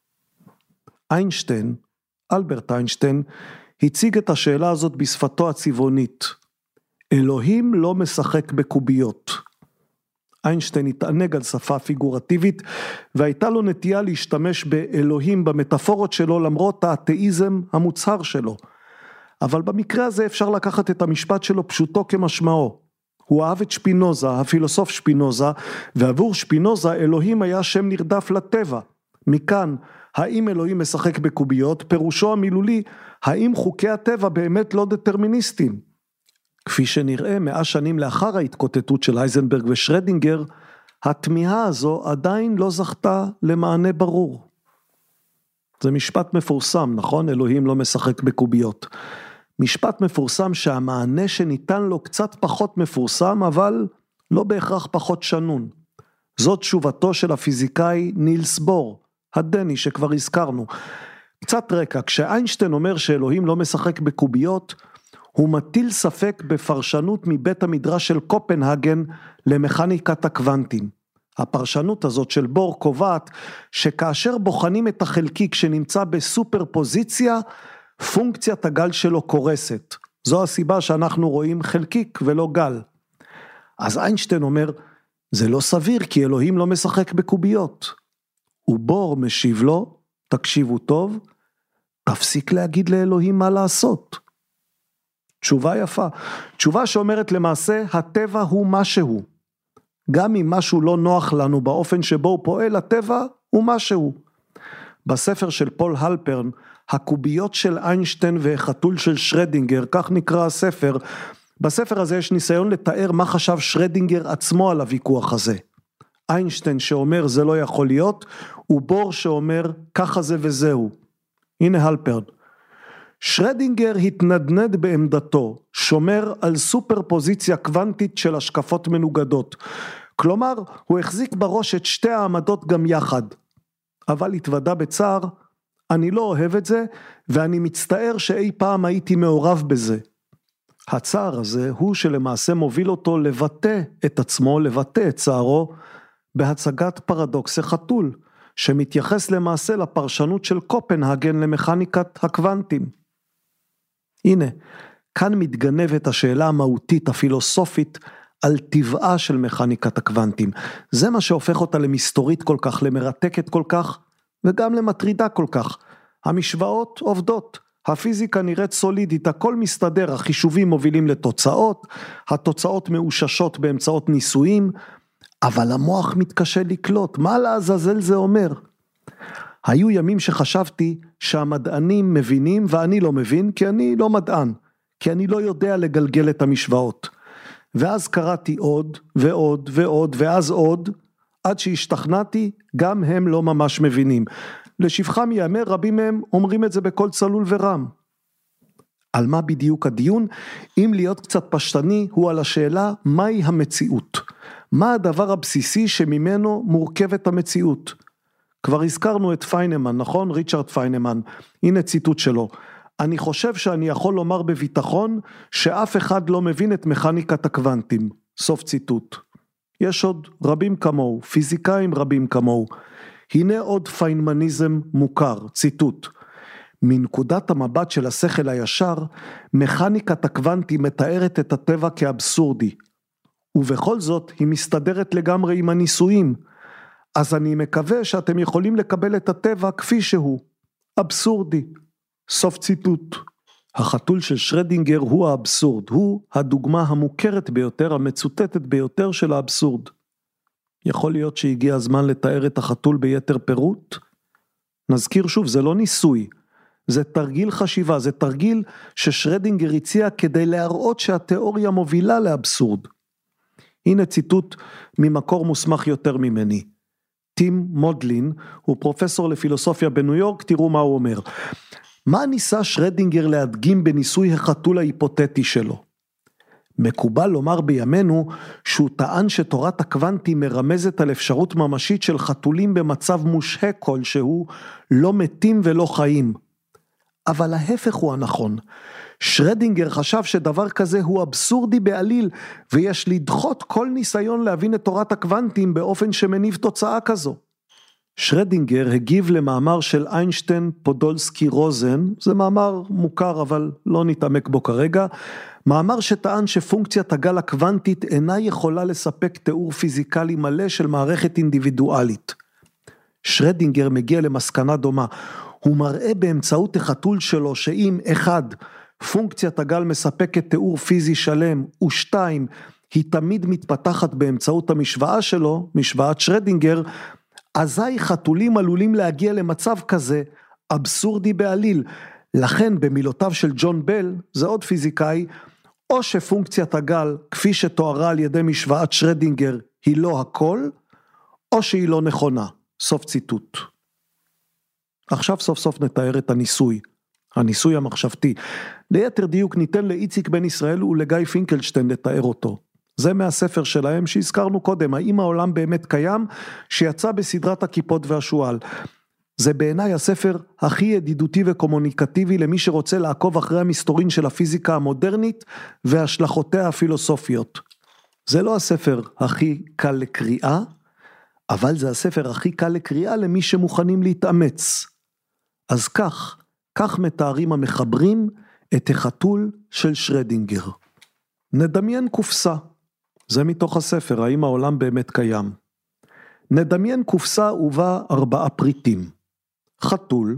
איינשטיין, אלברט איינשטיין, הציג את השאלה הזאת בשפתו הצבעונית. אלוהים לא משחק בקוביות. איינשטיין התענג על שפה פיגורטיבית, והייתה לו נטייה להשתמש באלוהים במטאפורות שלו, למרות האתאיזם המוצהר שלו. אבל במקרה הזה אפשר לקחת את המשפט שלו פשוטו כמשמעו. הוא אהב את שפינוזה, הפילוסוף שפינוזה, ועבור שפינוזה אלוהים היה שם נרדף לטבע. מכאן, האם אלוהים משחק בקוביות, פירושו המילולי, האם חוקי הטבע באמת לא דטרמיניסטיים? כפי שנראה 100 שנים לאחר ההתקוטטות של הייזנברג ושרדינגר, התמיהה הזו עדיין לא זכתה למענה ברור. זה משפט מפורסם, נכון? אלוהים לא משחק בקוביות. משפט מפורסם שהמענה שניתן לו קצת פחות מפורסם, אבל לא בהכרח פחות שנון. זאת תשובתו של הפיזיקאי נילס בור, הדני שכבר הזכרנו. קצת רקע, כשאיינשטיין אומר שאלוהים לא משחק בקוביות, הוא מטיל ספק בפרשנות מבית המדרש של קופנהגן למכניקת הקוונטים. הפרשנות הזאת של בור קובעת שכאשר בוחנים את החלקיק שנמצא בסופר פוזיציה, פונקציית הגל שלו קורסת. זו הסיבה שאנחנו רואים חלקיק ולא גל. אז איינשטיין אומר, זה לא סביר כי אלוהים לא משחק בקוביות. ובור משיב לו, תקשיבו טוב, תפסיק להגיד לאלוהים מה לעשות. תשובה יפה, תשובה שאומרת למעשה, הטבע הוא משהו. גם אם משהו לא נוח לנו באופן שבו הוא פועל, הטבע הוא משהו. בספר של פול הלפרן, הקוביות של איינשטיין והחתול של שרדינגר, כך נקרא הספר, בספר הזה יש ניסיון לתאר מה חשב שרדינגר עצמו על הוויכוח הזה. איינשטיין שאומר זה לא יכול להיות, ובור שאומר ככה זה וזהו. הנה הלפרן. שרדינגר התנדנד בעמדתו, שומר על סופר פוזיציה קוונטית של השקפות מנוגדות. כלומר, הוא החזיק בראש את שתי העמדות גם יחד. אבל התוודע בצער, אני לא אוהב את זה, ואני מצטער שאי פעם הייתי מעורב בזה. הצער הזה הוא שלמעשה מוביל אותו לבטא את עצמו, לבטא את צערו, בהצגת פרדוקס החתול, שמתייחס למעשה לפרשנות של קופנהגן למכניקת הקוונטים. הנה, כאן מתגנבת השאלה המהותית, הפילוסופית, על טבעה של מכניקת הקוונטים. זה מה שהופך אותה למסתורית כל כך, למרתקת כל כך, וגם למטרידה כל כך. המשוואות עובדות, הפיזיקה נראית סולידית, הכל מסתדר, החישובים מובילים לתוצאות, התוצאות מאוששות באמצעות ניסויים, אבל המוח מתקשה לקלוט, מה לעזאזל זה אומר? היו ימים שחשבתי שהמדענים מבינים ואני לא מבין, כי אני לא מדען, כי אני לא יודע לגלגל את המשוואות. ואז קראתי עוד ועוד ועוד ואז עוד, עד שהשתכנעתי, גם הם לא ממש מבינים. לשבחם יאמר, רבים מהם אומרים את זה בכל צלול ורם. על מה בדיוק הדיון? אם להיות קצת פשטני, הוא על השאלה, מהי המציאות? מה הדבר הבסיסי שממנו מורכבת המציאות? כבר הזכרנו את פיינמן, נכון? ריצ'רד פיינמן. הנה ציטוט שלו. אני חושב שאני יכול לומר בביטחון שאף אחד לא מבין את מכניקת הקוונטים. סוף ציטוט. יש עוד רבים כמוהו, פיזיקאים רבים כמוהו. הנה עוד פיינמניזם מוכר, ציטוט. מנקודת המבט של השכל הישר, מכניקת הקוונטים מתארת את הטבע כאבסורדי. ובכל זאת היא מסתדרת לגמרי עם הניסויים. אז אני מקווה שאתם יכולים לקבל את הטבע כפי שהוא. אבסורדי. סוף ציטוט. החתול של שרדינגר הוא האבסורד, הוא הדוגמה המוכרת ביותר, המצוטטת ביותר של האבסורד. יכול להיות שהגיע הזמן לתאר את החתול ביתר פירוט? נזכיר שוב, זה לא ניסוי, זה תרגיל חשיבה, זה תרגיל ששרדינגר הציע כדי להראות שהתיאוריה מובילה לאבסורד. הנה ציטוט ממקור מוסמך יותר ממני. טים מודלין הוא פרופסור לפילוסופיה בניו יורק, תראו מה הוא אומר. מה ניסה שרדינגר להדגים בניסוי החתול ההיפותטי שלו? מקובל לומר בימינו שהוא טען שתורת הקוונטים מרמזת על אפשרות ממשית של חתולים במצב מושהה כלשהו, לא מתים ולא חיים. אבל ההפך הוא הנכון. שרדינגר חשב שדבר כזה הוא אבסורדי בעליל, ויש לדחות כל ניסיון להבין את תורת הקוונטים באופן שמניב תוצאה כזו. שרדינגר הגיב למאמר של איינשטיין, פודולסקי, רוזן, זה מאמר מוכר אבל לא נתעמק בו כרגע, מאמר שטען שפונקציית הגל הקוונטית אינה יכולה לספק תיאור פיזיקלי מלא של מערכת אינדיבידואלית. שרדינגר מגיע למסקנה דומה, הוא מראה באמצעות החתול שלו שאם 1, פונקציית הגל מספקת תיאור פיזי שלם, ו2, היא תמיד מתפתחת באמצעות המשוואה שלו, משוואת שרדינגר, אזי חתולים עלולים להגיע למצב כזה אבסורדי בעליל, לכן במילותיו של ג'ון בל, זה עוד פיזיקאי, או שפונקציית הגל כפי שתוארה על ידי משוואת שרדינגר היא לא הכל, או שהיא לא נכונה, סוף ציטוט. עכשיו סוף סוף נתאר את הניסוי המחשבתי, ליתר דיוק ניתן לאיציק בן ישראל ולגיא פינקלשטיין לתאר אותו. זה מהספר שלהם שהזכרנו קודם, האם העולם באמת קיים, שיצא בסדרת הכיפות והשואל. זה בעיניי הספר הכי ידידותי וקומוניקטיבי למי שרוצה לעקוב אחרי המסתורין של הפיזיקה המודרנית והשלכותיה הפילוסופיות. זה לא הספר הכי קל לקריאה, אבל זה הספר הכי קל לקריאה למי שמוכנים להתאמץ. אז כך מתארים המחברים את החתול של שרדינגר. נדמיין קופסה. זה מתוך הספר, האם העולם באמת קיים. נדמיין קופסה ובה 4 פריטים. חתול,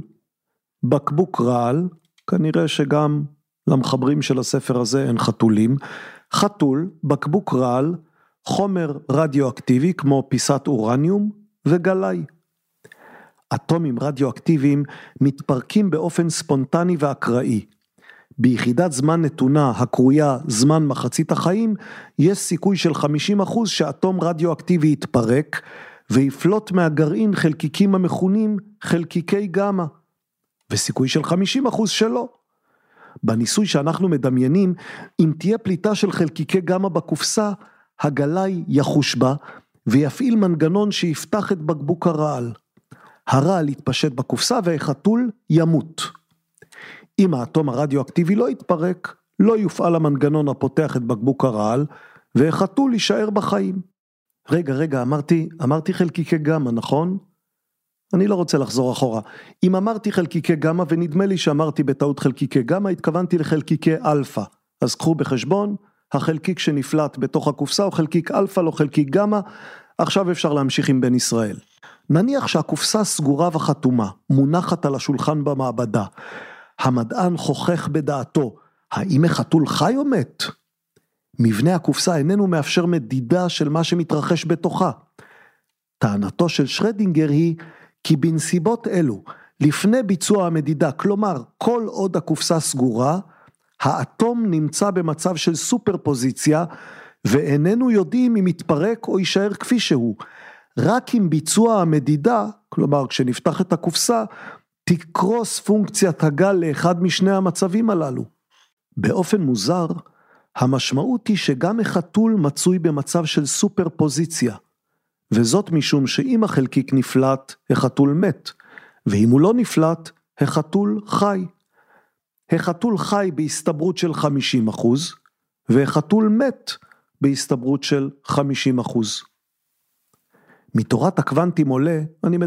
בקבוק רעל, כנראה שגם למחברים של הספר הזה אין חתולים, חתול, בקבוק רעל, חומר רדיואקטיבי כמו פיסת אורניום וגלאי. אטומים רדיואקטיביים מתפרקים באופן ספונטני ואקראי. ביחידת זמן נתונה הקרויה זמן מחצית החיים, יש סיכוי של 50% שאטום רדיואקטיבי יתפרק, ויפלוט מהגרעין חלקיקים המכונים חלקיקי גמא, וסיכוי של 50% שלא. בניסוי שאנחנו מדמיינים, אם תהיה פליטה של חלקיקי גמא בקופסה, הגלאי יחוש בה, ויפעיל מנגנון שיפתח את בקבוק הרעל. הרעל יתפשט בקופסה והחתול ימות. אם האטום הרדיואקטיבי לא יתפרק, לא יופעל המנגנון הפותח את בקבוק הרעל, והחתול יישאר בחיים. רגע, אמרתי חלקיקי גמא, נכון? אני לא רוצה לחזור אחורה. אם אמרתי חלקיקי גמא, ונדמה לי שאמרתי בטעות חלקיקי גמא, התכוונתי לחלקיקי אלפא. אז קחו בחשבון, החלקיק שנפלט בתוך הקופסה הוא חלקיק אלפא, לא חלקיק גמא. עכשיו אפשר להמשיך עם בן ישראל. נניח שהקופסה סגורה וחתומה, מונחת על השולחן במעבדה. המדען חוכך בדעתו, האם החתול חי או מת? מבנה הקופסה איננו מאפשר מדידה של מה שמתרחש בתוכה. טענתו של שרדינגר היא, כי בנסיבות אלו, לפני ביצוע המדידה, כלומר, כל עוד הקופסה סגורה, האטום נמצא במצב של סופרפוזיציה, ואיננו יודעים אם יתפרק או יישאר כפי שהוא. רק עם ביצוע המדידה, כלומר, כשנפתח את הקופסה, תקרוס פונקציית הגל לאחד משני המצבים הללו. באופן מוזר, המשמעות היא שגם החתול מצוי במצב של סופרפוזיציה, וזאת משום שאם החלקיק נפלט, החתול מת, ואם הוא לא נפלט, החתול חי. החתול חי בהסתברות של 50%, והחתול מת בהסתברות של 50%. מתורת הקוונטים עולה,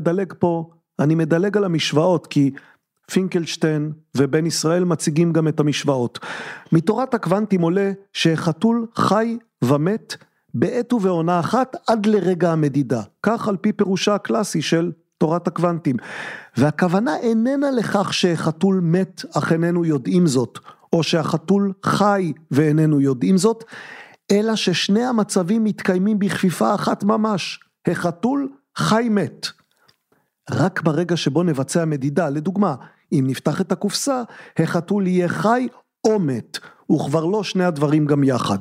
אני מדלג על המשוואות, כי פינקלשטיין ובן ישראל מציגים גם את המשוואות. מתורת הקוונטים עולה שהחתול חי ומת בעת ובעונה אחת עד לרגע המדידה. כך על פי פירושה הקלאסי של תורת הקוונטים. והכוונה איננה לכך שהחתול מת אך איננו יודעים זאת, או שהחתול חי ואיננו יודעים זאת, אלא ששני המצבים מתקיימים בכפיפה אחת ממש. החתול חי מת. רק ברגע שבו נבצע מדידה, לדוגמה, אם נפתח את הקופסה, החתול יהיה חי או מת, וכבר לא שני הדברים גם יחד.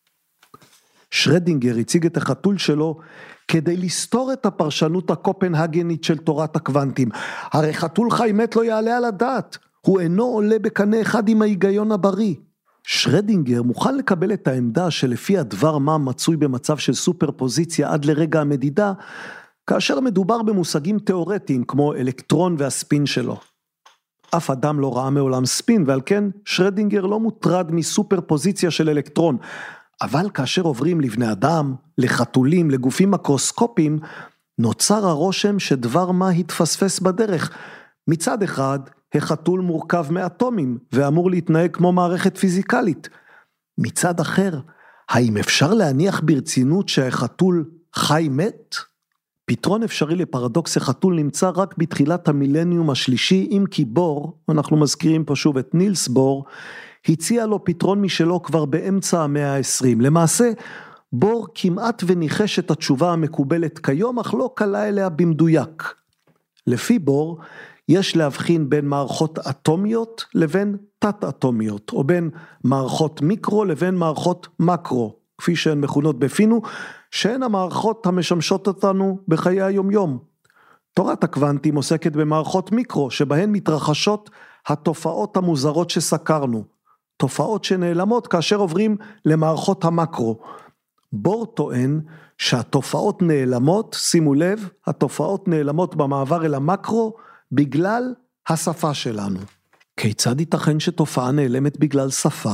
שרדינגר הציג את החתול שלו כדי לסתור את הפרשנות הקופנהגנית של תורת הקוונטים. הרי חתול חי מת לא יעלה על הדעת, הוא אינו עולה בקנה אחד עם ההיגיון הבריא. שרדינגר מוכן לקבל את העמדה שלפי הדבר מה מצוי במצב של סופרפוזיציה עד לרגע המדידה, כאשר מדובר במושגים תיאורטיים כמו אלקטרון והספין שלו. אף אדם לא ראה מעולם ספין, ועל כן שרדינגר לא מוטרד מסופרפוזיציה של אלקטרון, אבל כאשר עוברים לבני אדם, לחתולים, לגופים מקרוסקופיים, נוצר הרושם שדבר מה התפספס בדרך. מצד אחד, החתול מורכב מאטומים, ואמור להתנהג כמו מערכת פיזיקלית. מצד אחר, האם אפשר להניח ברצינות שהחתול חי מת? פתרון אפשרי לפרדוקס החתול נמצא רק בתחילת המילניום השלישי, אם כי בור, אנחנו מזכירים פה שוב את נילס בור, הציע לו פתרון משלו כבר באמצע המאה ה-20. למעשה, בור כמעט וניחש את התשובה המקובלת כיום, אך לא קלה אליה במדויק. לפי בור, יש להבחין בין מערכות אטומיות לבין תת-אטומיות, או בין מערכות מיקרו לבין מערכות מקרו, כפי שהן מכונות בפינו, שהן המערכות המשמשות אותנו בחיי היומיום. תורת הקוונטים עוסקת במערכות מיקרו, שבהן מתרחשות התופעות המוזרות שסקרנו, תופעות שנעלמות כאשר עוברים למערכות המקרו. בור טוען שהתופעות נעלמות, שימו לב, התופעות נעלמות במעבר אל המקרו, בגלל השפה שלנו. כיצד ייתכן שתופעה נעלמת בגלל שפה?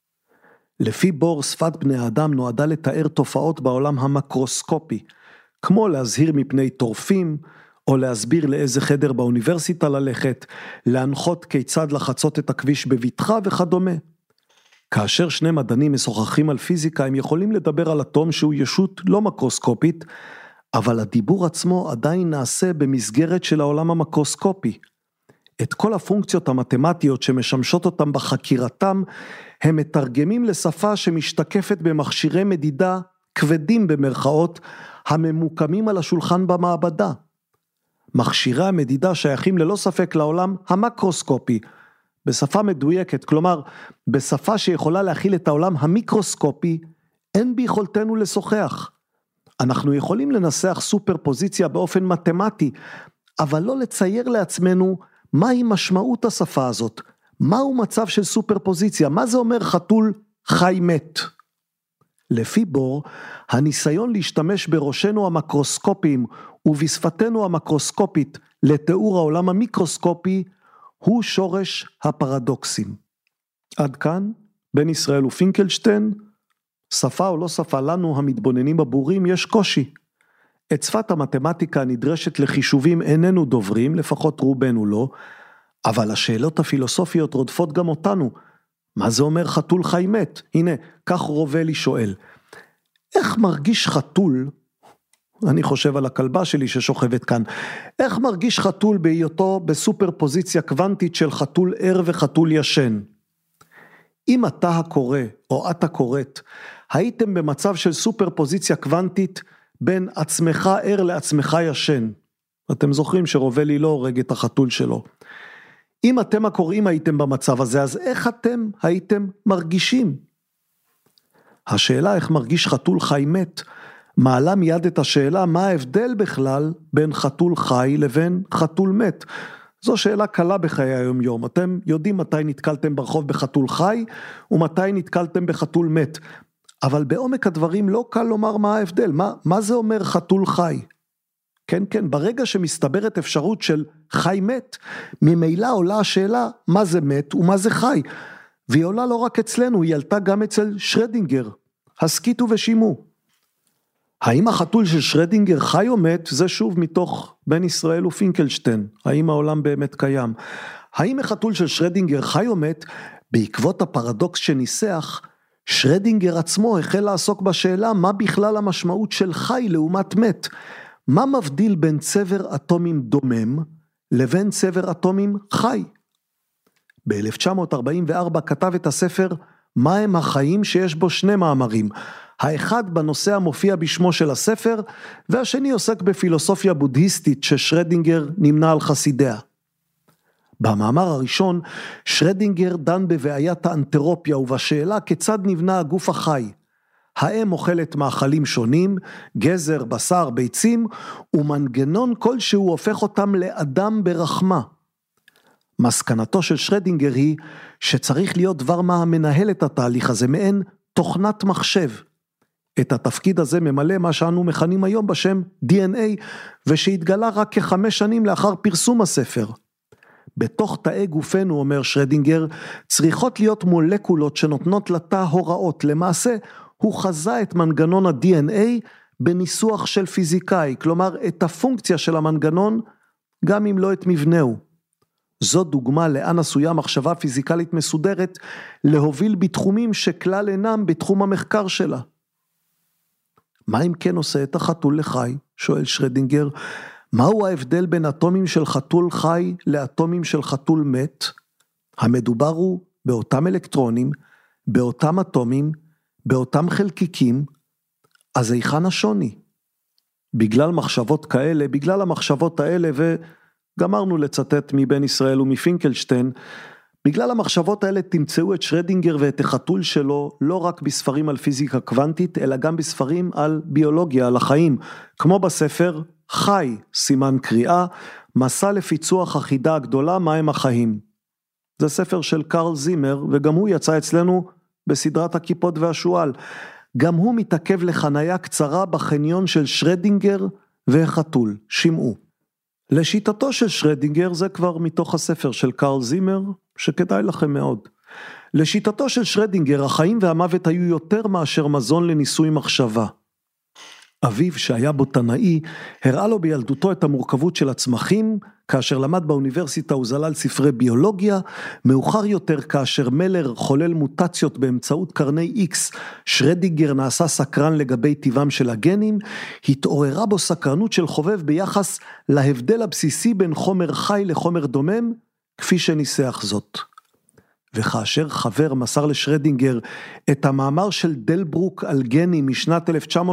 לפי בור, שפת בני האדם נועדה לתאר תופעות בעולם המקרוסקופי, כמו להזהיר מפני טורפים, או להסביר לאיזה חדר באוניברסיטה ללכת, להנחות כיצד לחצות את הכביש בבטחה וכדומה. כאשר שני מדענים משוחחים על פיזיקה, הם יכולים לדבר על אטום שהוא ישות לא מקרוסקופית, אבל הדיבור עצמו עדיין נעשה במסגרת של העולם המקרוסקופי. את כל הפונקציות המתמטיות שמשמשות אותם בחקירתם, הם מתרגמים לשפה שמשתקפת במכשירי מדידה כבדים במרכאות, הממוקמים על השולחן במעבדה. מכשירי המדידה שייכים ללא ספק לעולם המקרוסקופי, בשפה מדויקת, כלומר, בשפה שיכולה להכיל את העולם המיקרוסקופי, אין ביכולתנו לשוחח. אנחנו יכולים לנסח סופרפוזיציה באופן מתמטי, אבל לא לצייר לעצמנו מהי משמעות השפה הזאת, מהו מצב של סופרפוזיציה, מה זה אומר חתול חי מת. לפי בור, הניסיון להשתמש בראשנו המקרוסקופיים ובשפתנו המקרוסקופית לתיאור העולם המיקרוסקופי, הוא שורש הפרדוקסים. עד כאן, בן ישראל ופינקלשטיין, שפה או לא שפה, לנו המתבוננים בבורים יש קושי. את שפת המתמטיקה הנדרשת לחישובים איננו דוברים, לפחות רובנו לא, אבל השאלות הפילוסופיות רודפות גם אותנו. מה זה אומר חתול חי מת? הנה, כך רובלי שואל. איך מרגיש חתול, אני חושב על הכלבה שלי ששוכבת כאן, איך מרגיש חתול בהיותו בסופרפוזיציה קוונטית של חתול ער וחתול ישן? אם אתה הקורא או את הקוראת, הייתם במצב של סופרפוזיציה קוונטית בין עצמך ער לעצמך ישן. אתם זוכרים שרובלי לא הורג את החתול שלו. אם אתם הקוראים הייתם במצב הזה, אז איך אתם הייתם מרגישים? השאלה איך מרגיש חתול חי מת, מעלה מיד את השאלה מה ההבדל בכלל בין חתול חי לבין חתול מת. זו שאלה קלה בחיי היום יום. אתם יודעים מתי נתקלתם ברחוב בחתול חי ומתי נתקלתם בחתול מת. אבל בעומק הדברים לא קל לומר מה ההבדל. מה זה אומר חתול חי? כן, כן, ברגע שמסתברת אפשרות של חי מת, ממילא עולה השאלה מה זה מת ומה זה חי, והיא עולה לא רק אצלנו, היא עלתה גם אצל שרדינגר, הסכיתו ושימו. האם החתול של שרדינגר חי או מת, זה שוב מתוך בן ישראל ופינקלשטיין, האם העולם באמת קיים. האם החתול של שרדינגר חי או מת, בעקבות הפרדוקס שניסח, שרדינגר עצמו החל לעסוק בשאלה מה בכלל המשמעות של חי לעומת מת, מה מבדיל בין צבר אטומים דומם לבין צבר אטומים חי. ב-1944 כתב את הספר מה הם החיים, שיש בו שני מאמרים, האחד בנושא המופיע בשמו של הספר, והשני עוסק בפילוסופיה בודהיסטית ששרדינגר נמנה על חסידיה. במאמר הראשון, שרדינגר דן בבעיית האנתרופיה ובשאלה כיצד נבנה הגוף החי. האם אוכלת מאכלים שונים, גזר, בשר, ביצים, ומנגנון כלשהו הופך אותם לאדם ברחמה. מסקנתו של שרדינגר היא שצריך להיות דבר מה המנהל את התהליך הזה, מעין תוכנת מחשב. את התפקיד הזה ממלא מה שאנו מכנים היום בשם DNA, ושהתגלה רק כ5 שנים לאחר פרסום הספר. בתוך תאי גופנו, אומר שרדינגר, צריכות להיות מולקולות שנותנות לתא הוראות. למעשה, הוא חזה את מנגנון ה-DNA בניסוח של פיזיקאי, כלומר את הפונקציה של המנגנון, גם אם לא את מבנהו. זו דוגמה לאן עשויה מחשבה פיזיקלית מסודרת, להוביל בתחומים שכלל אינם בתחום המחקר שלה. מה אם כן עושה את החתול לחי? שואל שרדינגר. מהו ההבדל בין אטומים של חתול חי לאטומים של חתול מת? המדובר הוא באותם אלקטרונים, באותם אטומים, באותם חלקיקים, אז היכן השוני? בגלל מחשבות כאלה, בגלל המחשבות האלה, וגמרנו לצטט מבן ישראל ומפינקלשטיין, בגלל המחשבות האלה תמצאו את שרדינגר ואת החתול שלו, לא רק בספרים על פיזיקה קוונטית, אלא גם בספרים על ביולוגיה, על החיים, כמו בספר חי, סימן קריאה, מסע לפיצוח החידה הגדולה, מהם החיים. זה ספר של קרל זימר, וגם הוא יצא אצלנו בסדרת הכיפות והשואל. גם הוא מתעכב לחנייה קצרה בחניון של שרדינגר והחתול, שמעו. לשיטתו של שרדינגר, זה כבר מתוך הספר של קרל זימר, שכדאי לכם מאוד. לשיטתו של שרדינגר, החיים והמוות היו יותר מאשר מזון לניסוי מחשבה. אביו שהיה בוטנאי, הראה לו בילדותו את המורכבות של הצמחים, כאשר למד באוניברסיטה הוא זלל ספרי ביולוגיה, מאוחר יותר כאשר מלר חולל מוטציות באמצעות קרני X, שרדינגר נעשה סקרן לגבי טבעם של הגנים, התעוררה בו סקרנות של חובב ביחס להבדל הבסיסי בין חומר חי לחומר דומם, כפי שניסח זאת. וכאשר חבר מסר לשרדינגר את המאמר של דלברוק על גנים משנת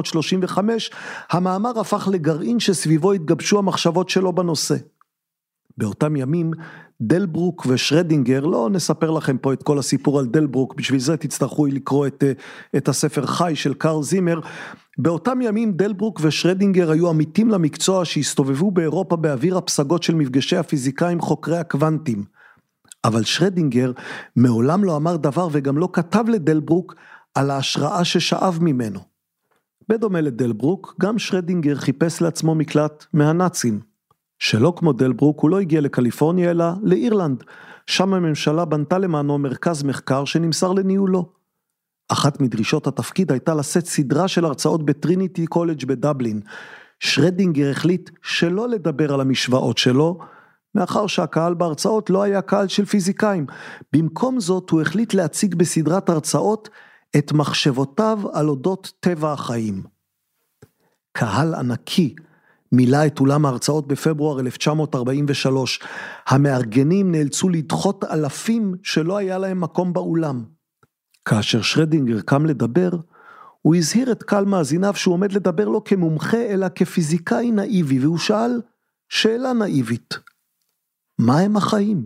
1935, המאמר הפך לגרעין שסביבו התגבשו המחשבות שלו בנושא. באותם ימים דלברוק ושרדינגר, לא נספר לכם פה את כל הסיפור על דלברוק, בשביל זה תצטרכו לקרוא את הספר חי של קרל זימר. באותם ימים דלברוק ושרדינגר היו עמיתים למקצוע שהסתובבו באירופה באוויר הפסגות של מפגשי הפיזיקאים חוקרי הקוונטים. אבל שרדינגר מעולם לא אמר דבר וגם לא כתב לדלברוק על ההשראה ששאב ממנו. בדומה לדלברוק, גם שרדינגר חיפש לעצמו מקלט מהנאצים. שלא כמו דלברוק, הוא לא הגיע לקליפורניה אלא לאירלנד. שם הממשלה בנתה למענו מרכז מחקר שנמסר לניהולו. אחת מדרישות התפקיד הייתה לשאת סדרה של הרצאות בטריניטי קולג' בדבלין. שרדינגר החליט שלא לדבר על המשוואות שלו, מאחר שהקהל בהרצאות לא היה קהל של פיזיקאים. במקום זאת הוא החליט להציג בסדרת הרצאות את מחשבותיו על אודות טבע החיים. קהל ענקי מילא את אולם ההרצאות בפברואר 1943. המארגנים נאלצו לדחות אלפים שלא היה להם מקום באולם. כאשר שרדינגר קם לדבר, הוא הזהיר את קהל מאזיניו שהוא עומד לדבר לא כמומחה אלא כפיזיקאי נאיבי, והוא שאל שאלה נאיבית. מה הם החיים?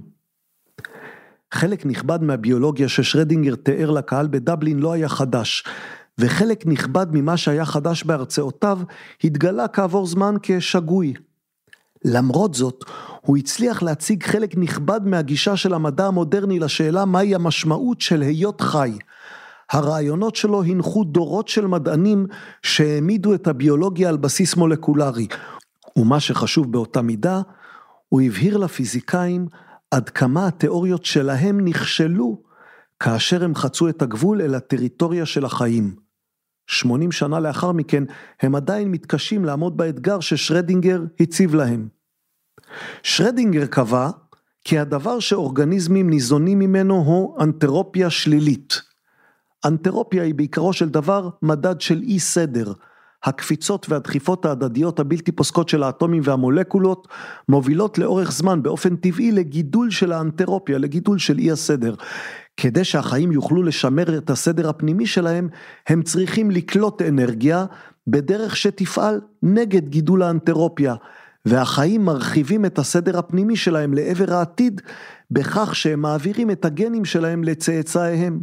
חלק נכבד מהביולוגיה ששרדינגר תיאר לקהל בדבלין לא היה חדש, וחלק נכבד ממה שהיה חדש בהרצאותיו התגלה כעבור זמן כשגוי. למרות זאת, הוא הצליח להציג חלק נכבד מהגישה של המדע המודרני לשאלה מהי המשמעות של היות חי. הרעיונות שלו הנחו דורות של מדענים שהעמידו את הביולוגיה על בסיס מולקולרי. ומה שחשוב באותה מידה, הוא הבהיר לפיזיקאים עד כמה התיאוריות שלהם נכשלו, כאשר הם חצו את הגבול אל הטריטוריה של החיים. 80 שנה לאחר מכן, הם עדיין מתקשים לעמוד באתגר ששרדינגר הציב להם. שרדינגר קבע כי הדבר שאורגניזמים ניזונים ממנו הוא אנטרופיה שלילית. אנטרופיה היא בעיקרו של דבר מדד של אי סדר. הקפיצות והדחיפות ההדדיות הבלתי פוסקות של האטומים והמולקולות מובילות לאורך זמן באופן טבעי לגידול של האנטרופיה, לגידול של אי הסדר. כדי שהחיים יוכלו לשמר את הסדר הפנימי שלהם, הם צריכים לקלוט אנרגיה בדרך שתפעל נגד גידול האנטרופיה, והחיים מרחיבים את הסדר הפנימי שלהם לעבר העתיד, בכך שהם מעבירים את הגנים שלהם לצאצאיהם.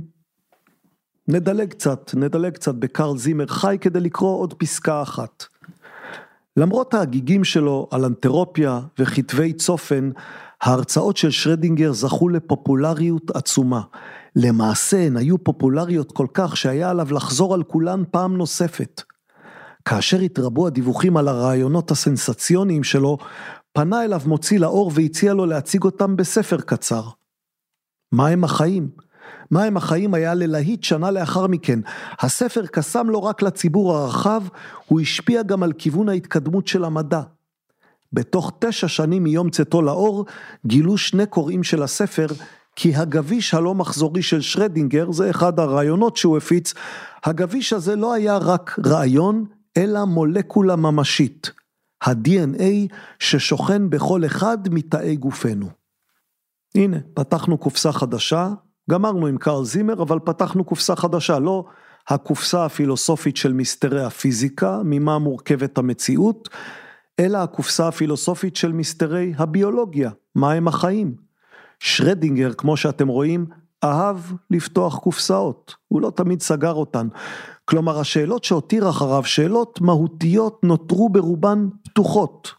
נדלג קצת בקרל זימר חי כדי לקרוא עוד פסקה אחת. למרות ההגיגים שלו על אנטרופיה וכתבי צופן, ההרצאות של שרדינגר זכו לפופולריות עצומה. למעשה הן היו פופולריות כל כך שהיה עליו לחזור על כולן פעם נוספת. כאשר התרבו הדיווחים על הרעיונות הסנסציוניים שלו, פנה אליו מוציא לאור והציע לו להציג אותם בספר קצר. מה הם החיים? מה הם החיים היה ללהיט שנה לאחר מכן. הספר קסם לו רק לציבור הרחב, הוא השפיע גם על כיוון ההתקדמות של המדע. בתוך 9 שנים מיום צאתו לאור, גילו 2 קוראים של הספר, כי הגביש הלא מחזורי של שרדינגר, זה אחד הרעיונות שהוא הפיץ, הגביש הזה לא היה רק רעיון, אלא מולקולה ממשית, ה-DNA ששוכן בכל אחד מתאי גופנו. הנה, פתחנו קופסה חדשה, גמרנו עם קרל זימר, אבל פתחנו קופסה חדשה, לא הקופסה הפילוסופית של מסתרי הפיזיקה, ממה מורכבת המציאות, אלא הקופסה הפילוסופית של מסתרי הביולוגיה, מה הם החיים. שרדינגר, כמו שאתם רואים, אהב לפתוח קופסאות, הוא לא תמיד סגר אותן. כלומר, השאלות שהותיר אחריו, שאלות מהותיות, נותרו ברובן פתוחות.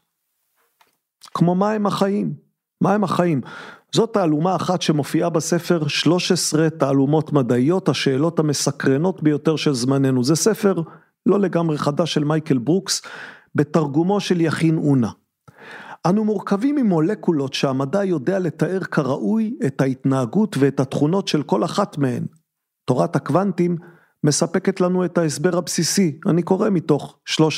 כמו מה הם החיים? מה הם החיים? זאת תעלומה אחת שמופיעה בספר 13 תעלומות מדעיות, השאלות המסקרנות ביותר של זמננו. זה ספר לא לגמרי חדש של מייקל ברוקס, בתרגומו של יכין אונה. אנו מורכבים ממולקולות שהמדע יודע לתאר כראוי את ההתנהגות ואת התכונות של כל אחת מהן. תורת הקוונטים מספקת לנו את ההסבר הבסיסי, אני קורא מתוך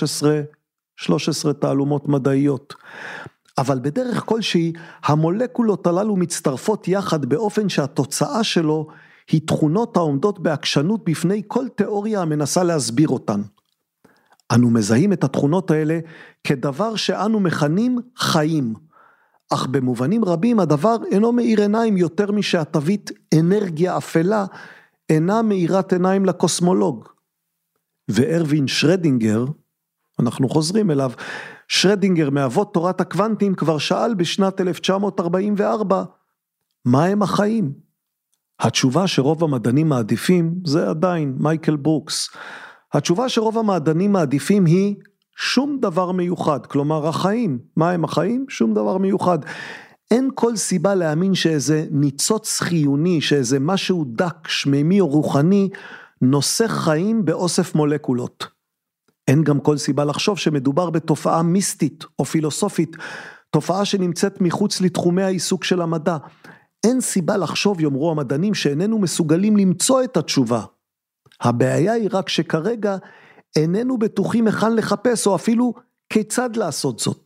13 תעלומות מדעיות. אבל בדרך כלשהי, המולקולות הללו מצטרפות יחד באופן שהתוצאה שלו היא תכונות העומדות בעקשנות בפני כל תיאוריה המנסה להסביר אותן. אנו מזהים את התכונות האלה כדבר שאנו מכנים חיים, אך במובנים רבים הדבר אינו מאיר עיניים יותר משהתווית אנרגיה אפלה, אינה מאירת עיניים לקוסמולוג. וארווין שרדינגר, אנחנו חוזרים אליו, שרדינגר מאבות תורת הקוונטים כבר שאל בשנת 1944, מה הם החיים? התשובה שרוב המדענים מעדיפים זה עדיין מייקל ברוקס. התשובה שרוב המדענים מעדיפים היא שום דבר מיוחד, כלומר החיים, מה הם החיים? שום דבר מיוחד. אין כל סיבה להאמין שאיזה ניצוץ חיוני, שאיזה משהו דק, שמימי או רוחני, נושא חיים באוסף מולקולות. אין גם כל סיבה לחשוב שמדובר בתופעה מיסטית או פילוסופית, תופעה שנמצאת מחוץ לתחומי העיסוק של המדע. אין סיבה לחשוב, יאמרו המדענים, שאיננו מסוגלים למצוא את התשובה. הבעיה היא רק שכרגע איננו בטוחים היכן לחפש, או אפילו כיצד לעשות זאת.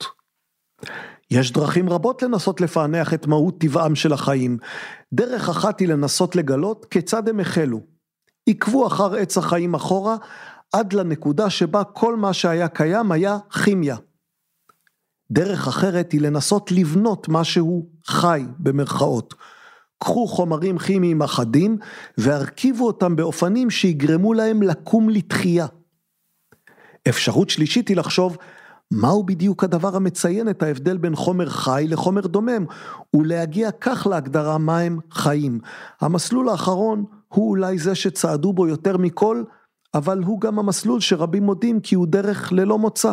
יש דרכים רבות לנסות לפענח את מהות טבעם של החיים. דרך אחת היא לנסות לגלות כיצד הם החלו. עקבו אחר עץ החיים אחורה, עד לנקודה שבה כל מה שהיה קיים היה כימיה. דרך אחרת היא לנסות לבנות משהו חי במרכאות. קחו חומרים כימיים אחדים והרכיבו אותם באופנים שיגרמו להם לקום לתחייה. אפשרות שלישית היא לחשוב מהו בדיוק הדבר המציין את ההבדל בין חומר חי לחומר דומם, ולהגיע כך להגדרה מה הם חיים. המסלול האחרון הוא אולי זה שצעדו בו יותר מכל, אבל הוא גם המסלול שרבים מודים כי הוא דרך ללא מוצא.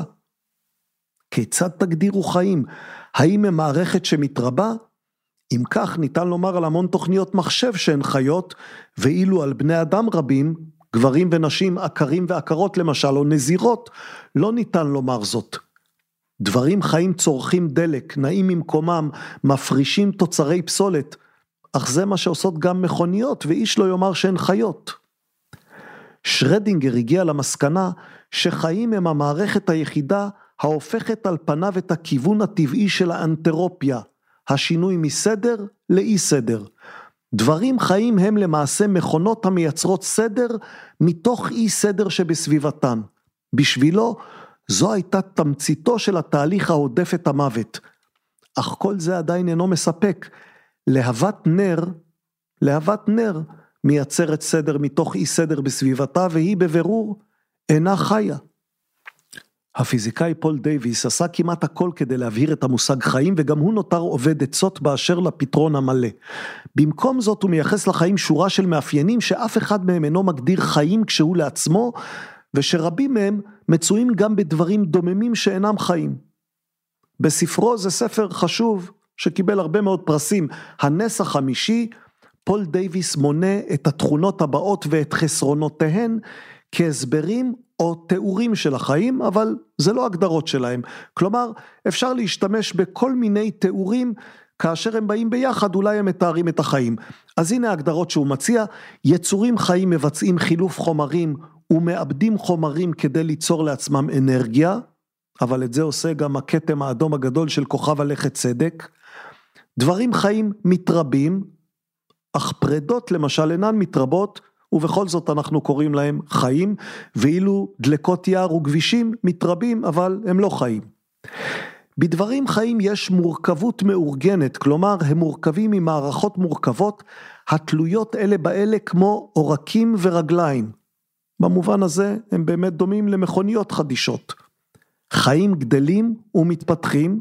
כיצד תגדירו חיים? האם הם מערכת שמתרבה? אם כך ניתן לומר על המון תוכניות מחשב שהן חיות, ואילו על בני אדם רבים, גברים ונשים עקרים ועקרות למשל, או נזירות, לא ניתן לומר זאת. דברים חיים צורכים דלק, נעים ממקומם, מפרישים תוצרי פסולת, אך זה מה שעושות גם מכוניות, ואיש לא יאמר שהן חיות. שרדינגר הגיע למסקנה שחיים הם המערכת היחידה ההופכת על פניו את הכיוון הטבעי של האנתרופיה, השינוי מסדר לאי סדר. דברים חיים הם למעשה מכונות המייצרות סדר מתוך אי סדר שבסביבתן. בשבילו זו הייתה תמציתו של התהליך העודף את המוות. אך כל זה עדיין אינו מספק. להבת נר מייצרת סדר מתוך אי סדר בסביבתה, והיא בבירור אינה חיה. הפיזיקאי פול דייוויס עשה כמעט הכל כדי להבהיר את המושג חיים, וגם הוא נותר עובד עצות באשר לפתרון המלא. במקום זאת הוא מייחס לחיים שורה של מאפיינים שאף אחד מהם אינו מגדיר חיים כשהוא לעצמו, ושרבים מהם מצויים גם בדברים דוממים שאינם חיים. בספרו, זה ספר חשוב שקיבל הרבה מאוד פרסים, הנס החמישי, פול דייוויס מונה את התכונות הבאות ואת חסרונותיהן כהסברים או תיאורים של החיים, אבל זה לא הגדרות שלהם. כלומר, אפשר להשתמש בכל מיני תיאורים, כאשר הם באים ביחד, אולי הם מתארים את החיים. אז הנה ההגדרות שהוא מציע: יצורים חיים מבצעים חילוף חומרים ומאבדים חומרים כדי ליצור לעצמם אנרגיה, אבל את זה עושה גם הכתם האדום הגדול של כוכב הלכת צדק. דברים חיים מתרבים, אך פרדות למשל אינן מתרבות, ובכל זאת אנחנו קוראים להם חיים, ואילו דלקות יער וכבישים מתרבים, אבל הם לא חיים. בדברים חיים יש מורכבות מאורגנת, כלומר הם מורכבים ממערכות מורכבות, התלויות אלה באלה כמו עורקים ורגליים. במובן הזה הם באמת דומים למכוניות חדישות. חיים גדלים ומתפתחים,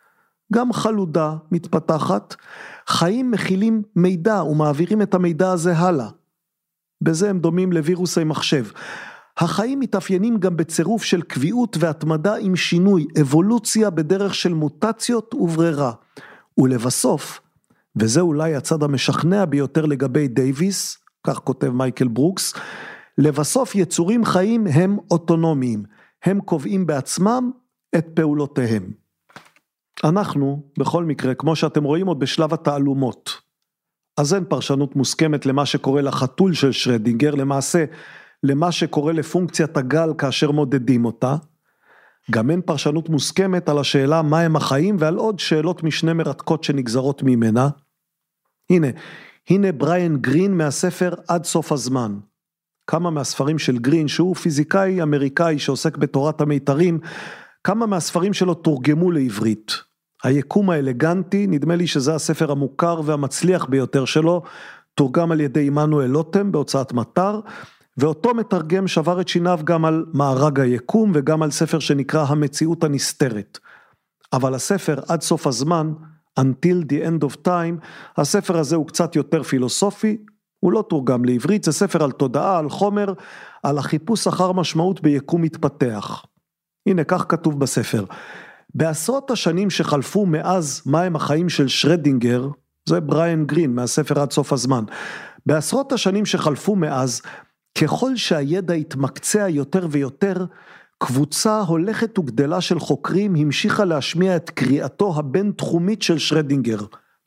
גם חלודה מתפתחת, חיים מכילים מידע ומעבירים את המידע הזה הלאה. בזה הם דומים לווירוסי מחשב. החיים מתאפיינים גם בצירוף של קביעות והתמדה עם שינוי, אבולוציה בדרך של מוטציות וברירה. ולבסוף, וזה אולי הצד המשכנע ביותר לגבי דייוויס, כך כותב מייקל ברוקס, לבסוף יצורים חיים הם אוטונומיים, הם קובעים בעצמם את פעולותיהם. אנחנו, בכל מקרה, כמו שאתם רואים עוד בשלב התעלומות, אז אין פרשנות מוסכמת למה שקורה לחתול של שרדינגר, למעשה למה שקורה לפונקציית הגל כאשר מודדים אותה, גם אין פרשנות מוסכמת על השאלה מה הם החיים, ועל עוד שאלות משנה מרתקות שנגזרות ממנה. הנה בריאן גרין מהספר עד סוף הזמן. כמה מהספרים של גרין, שהוא פיזיקאי אמריקאי שעוסק בתורת המיתרים, כמה מהספרים שלו תורגמו לעברית. היקום האלגנטי, נדמה לי שזה הספר המוכר והמצליח ביותר שלו, תורגם על ידי עמנואל לוטם בהוצאת מטר, ואותו מתרגם שבר את שיניו גם על מארג היקום, וגם על ספר שנקרא המציאות הנסתרת. אבל הספר עד סוף הזמן, Until the End of Time, הספר הזה הוא קצת יותר פילוסופי, הוא לא תורגם לעברית, זה ספר על תודעה, על חומר, על החיפוש אחר משמעות ביקום מתפתח. הנה, כך כתוב בספר. בעשרות השנים שחלפו מאז מהם החיים של שרדינגר, זה בריאן גרין מהספר עד סוף הזמן, בעשרות השנים שחלפו מאז, ככל שהידע התמקצע יותר ויותר, קבוצה הולכת וגדלה של חוקרים המשיכה להשמיע את קריאתו הבין-תחומית של שרדינגר.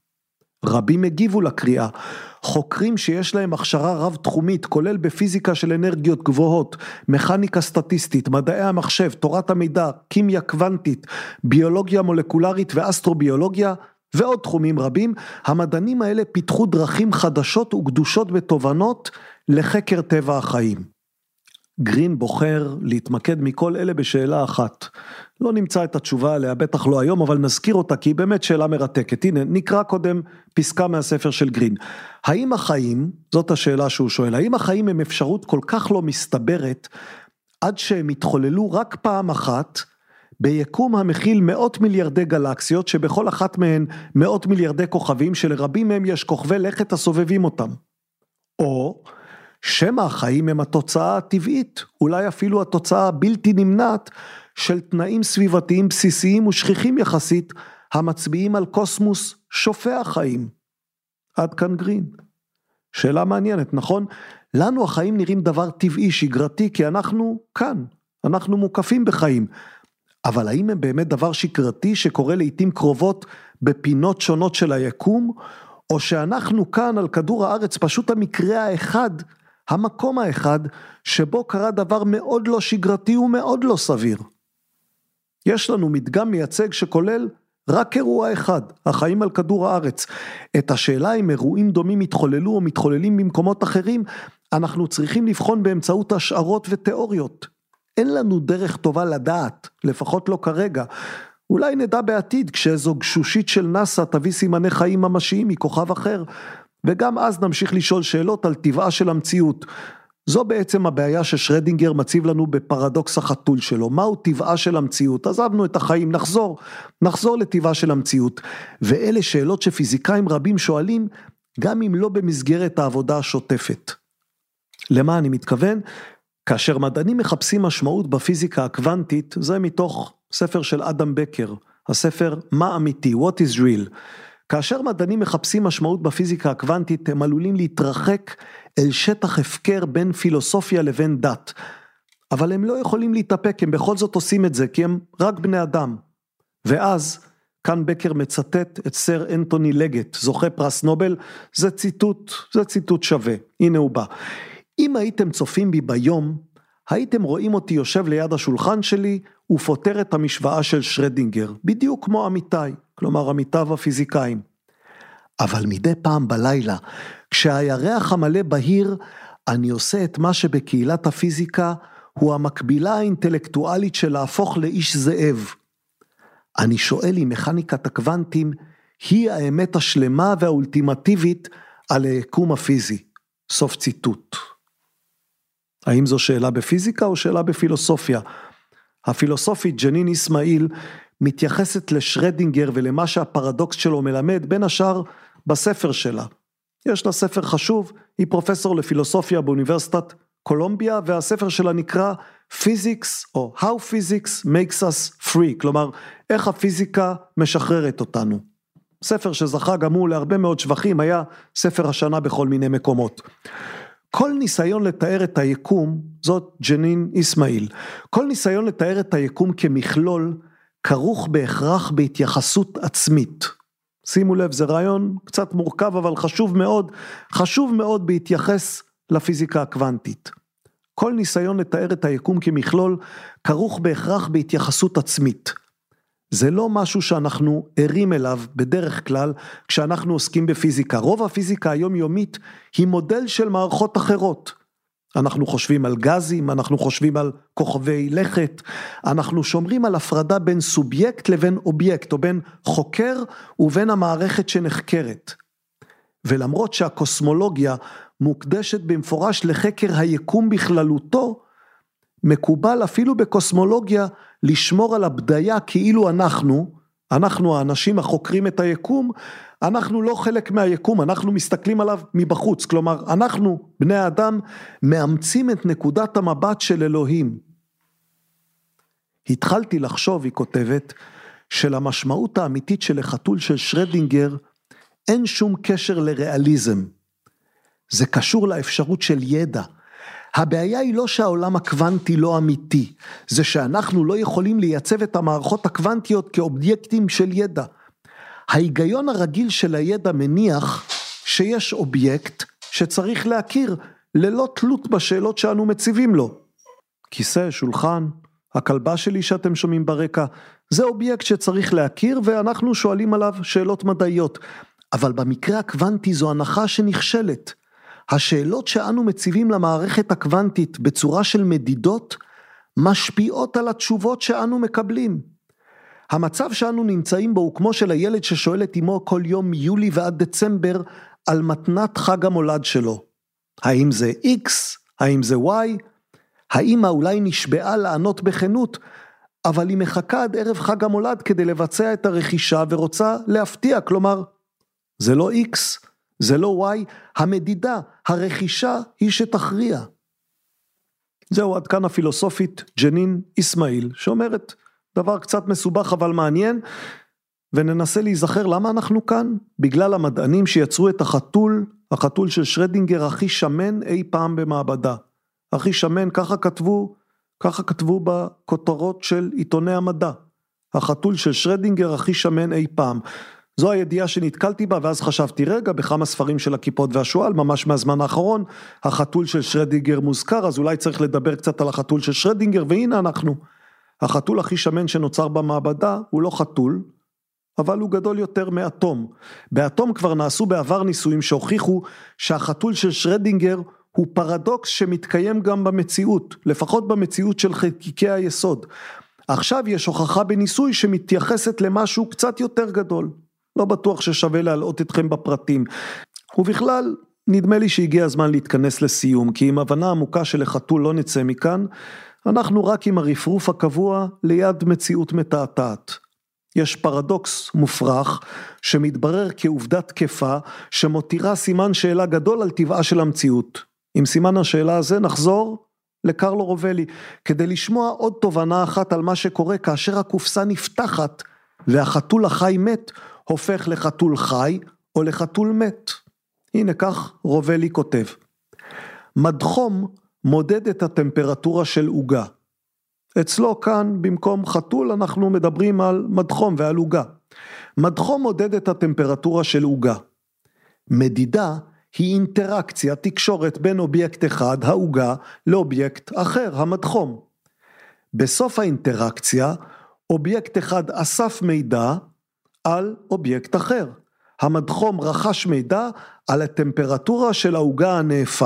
רבים הגיבו לקריאה, חוקרים שיש להם הכשרה רב-תחומית, כולל בפיזיקה של אנרגיות גבוהות, מכניקה סטטיסטית, מדעי המחשב, תורת המידע, כימיה קוונטית, ביולוגיה מולקולרית ואסטרוביולוגיה, ועוד תחומים רבים. המדענים האלה פיתחו דרכים חדשות וקדושות בתובנות לחקר טבע החיים. גרין בוחר להתמקד מכל אלה בשאלה אחת. לא נמצא את התשובה עליה, בטח לא היום, אבל נזכיר אותה, כי היא באמת שאלה מרתקת. הנה, נקרא קודם פסקה מהספר של גרין. האם החיים, זאת השאלה שהוא שואל, האם החיים הם אפשרות כל כך לא מסתברת, עד שהם התחוללו רק פעם אחת, ביקום המכיל מאות מיליארדי גלקסיות, שבכל אחת מהן מאות מיליארדי כוכבים, שלרבים מהם יש כוכבי לכת הסובבים אותם. או שמא החיים הם התוצאה הטבעית, אולי אפילו התוצאה הבלתי נמנעת, של תנאים סביבתיים בסיסיים ושכיחים יחסית, המצביעים על קוסמוס שופע חיים. עד כאן גרין. שאלה מעניינת, נכון? לנו החיים נראים דבר טבעי, שגרתי, כי אנחנו כאן, אנחנו מוקפים בחיים. אבל האם הם באמת דבר שגרתי שקורה לעתים קרובות בפינות שונות של היקום, או שאנחנו כאן על כדור הארץ פשוט המקרה האחד, המקום האחד, שבו קרה דבר מאוד לא שגרתי ומאוד לא סביר. יש לנו מדגם מייצג שכולל רק אירוע אחד, החיים על כדור הארץ. את השאלה אם אירועים דומים מתחוללו או מתחוללים במקומות אחרים, אנחנו צריכים לבחון באמצעות השערות ותיאוריות. אין לנו דרך טובה לדעת, לפחות לא כרגע. אולי נדע בעתיד כשאיזו גשושית של נאסא תביא סימני חיים ממשיים מכוכב אחר, וגם אז נמשיך לשאול שאלות על טבעה של המציאות. זו בעצם הבעיה ששרדינגר מציב לנו בפרדוקס החתול שלו. מהו טבעה של המציאות? עזבנו את החיים, נחזור לטבעה של המציאות. ואלה שאלות שפיזיקאים רבים שואלים, גם אם לא במסגרת העבודה השוטפת. למה אני מתכוון? כאשר מדענים מחפשים משמעות בפיזיקה הקוונטית, זה מתוך ספר של אדם בקר, הספר מה אמיתי, What is real. כאשר מדענים מחפשים משמעות בפיזיקה הקוונטית, הם עלולים להתרחק אל שטח הפקר בין פילוסופיה לבין דת. אבל הם לא יכולים להתאפק, הם בכל זאת עושים את זה, כי הם רק בני אדם. ואז, כאן בקר מצטט את סר אנטוני לגט, זוכה פרס נובל, זה ציטוט שווה, הנה הוא בא. אם הייתם צופים בי ביום, הייתם רואים אותי יושב ליד השולחן שלי, ופותר את המשוואה של שרדינגר, בדיוק כמו עמיתי, כלומר עמיתיו הפיזיקאים. אבל מדי פעם בלילה, כשהירח המלא בהיר, אני עושה את מה שבקהילת הפיזיקה, הוא המקבילה האינטלקטואלית של להפוך לאיש זאב. אני שואל אם מכניקת הקוונטים, היא האמת השלמה והאולטימטיבית על היקום הפיזי. סוף ציטוט. האם זו שאלה בפיזיקה או שאלה בפילוסופיה? הפילוסופית ג'נין איסמעיל מתייחסת לשרדינגר ולמה שהפרדוקס שלו מלמד, בין השאר בספר שלה. יש לה ספר חשוב, היא פרופסור לפילוסופיה באוניברסיטת קולומביה, והספר שלה נקרא Physics או How Physics Makes Us Free, כלומר, איך הפיזיקה משחררת אותנו. ספר שזכה גם הוא להרבה מאוד שבחים, היה ספר השנה בכל מיני מקומות. כל ניסיון לתאר את היקום, זאת ג'נין איסמעיל, כל ניסיון לתאר את היקום כמכלול, כרוך בהכרח בהתייחסות עצמית. שימו לב, זה רעיון קצת מורכב, אבל חשוב מאוד בהתייחס לפיזיקה הקוונטית. כל ניסיון לתאר את היקום כמכלול, כרוך בהכרח בהתייחסות עצמית. זה לא משהו שאנחנו ערים אליו בדרך כלל כשאנחנו עוסקים בפיזיקה. רוב הפיזיקה היומיומית היא מודל של מערכות אחרות. אנחנו חושבים על גזים, אנחנו חושבים על כוכבי לכת, אנחנו שומרים על הפרדה בין סובייקט לבין אובייקט, או בין חוקר ובין המערכת שנחקרת. ולמרות שהקוסמולוגיה מוקדשת במפורש לחקר היקום בכללותו, מקובל אפילו בקוסמולוגיה לשמור על הבדיה כאילו אנחנו האנשים החוקרים את היקום, אנחנו לא חלק מהיקום, אנחנו מסתכלים עליו מבחוץ, כלומר אנחנו בני האדם מאמצים את נקודת המבט של אלוהים. התחלתי לחשוב, היא כותבת, שלמשמעות האמיתית של החתול של שרדינגר אין שום קשר לריאליזם. זה קשור לאפשרות של ידע. הבעיה היא לא שהעולם הקוונטי לא אמיתי, זה שאנחנו לא יכולים לייצב את המערכות הקוונטיות כאובייקטים של ידע. ההיגיון הרגיל של הידע מניח שיש אובייקט שצריך להכיר ללא תלות בשאלות שאנו מציבים לו. כיסא, שולחן, הכלבה שלי שאתם שומעים ברקע, זה אובייקט שצריך להכיר ואנחנו שואלים עליו שאלות מדעיות. אבל במקרה הקוונטי זו הנחה שנכשלת. השאלות שאנו מציבים למערכת הקוונטית בצורה של מדידות, משפיעות על התשובות שאנו מקבלים. המצב שאנו נמצאים בו הוא כמו של הילד ששואל את אמו כל יום מיולי ועד דצמבר על מתנת חג המולד שלו. האם זה X? האם זה Y? האמא אולי נשבעה לענות בכנות, אבל היא מחכה עד ערב חג המולד כדי לבצע את הרכישה ורוצה להפתיע, כלומר, זה לא X, זה לא Y, המדידה, הרכישה היא שתכריע. זהו עד כאן הפילוסופית ג'נין איסמעיל, שאומרת דבר קצת מסובך אבל מעניין, וננסה להיזכר למה אנחנו כאן, בגלל המדענים שיצרו את החתול של שרדינגר הכי שמן אי פעם במעבדה. הכי שמן, ככה כתבו ככה כתבו בכותרות של עיתוני המדע. החתול של שרדינגר הכי שמן אי פעם. זו הידיעה שנתקלתי בה, ואז חשבתי, רגע, בכמה ספרים של הכיפות והשואל, ממש מהזמן האחרון, החתול של שרדינגר מוזכר, אז אולי צריך לדבר קצת על החתול של שרדינגר, והנה אנחנו. החתול הכי שמן שנוצר במעבדה, הוא לא חתול, אבל הוא גדול יותר מאטום. באטום כבר נעשו בעבר ניסויים שהוכיחו שהחתול של שרדינגר הוא פרדוקס שמתקיים גם במציאות, לפחות במציאות של חלקיקי היסוד. עכשיו יש הוכחה בניסוי שמתייחסת למשהו קצת יותר גדול. לא בטוח ששווה להלאות אתכם בפרטים. ובכלל, נדמה לי שהגיע הזמן להתכנס לסיום, כי עם הבנה עמוקה שלחתול לא נצא מכאן, אנחנו רק עם הרפרוף הקבוע ליד מציאות מתעתעת. יש פרדוקס מופרך שמתברר כעובדה תקפה שמותירה סימן שאלה גדול על טבעה של המציאות. עם סימן השאלה הזה נחזור לקרלו רובלי, כדי לשמוע עוד תובנה אחת על מה שקורה כאשר הקופסה נפתחת והחתול החי מת הופך לחתול חי או לחתול מת. הנה כך רובלי כותב. מדחום מודד את הטמפרטורה של עוגה. אצלו כאן במקום חתול אנחנו מדברים על מדחום ועל עוגה. מדחום מודד את הטמפרטורה של עוגה. מדידה היא אינטראקציה, תקשורת בין אובייקט אחד, העוגה, לאובייקט אחר, המדחום. בסוף האינטראקציה, אובייקט אחד אסף מידע על אובייקט אחר. המדחום רכש מידע על הטמפרטורה של העוגה הנאפה.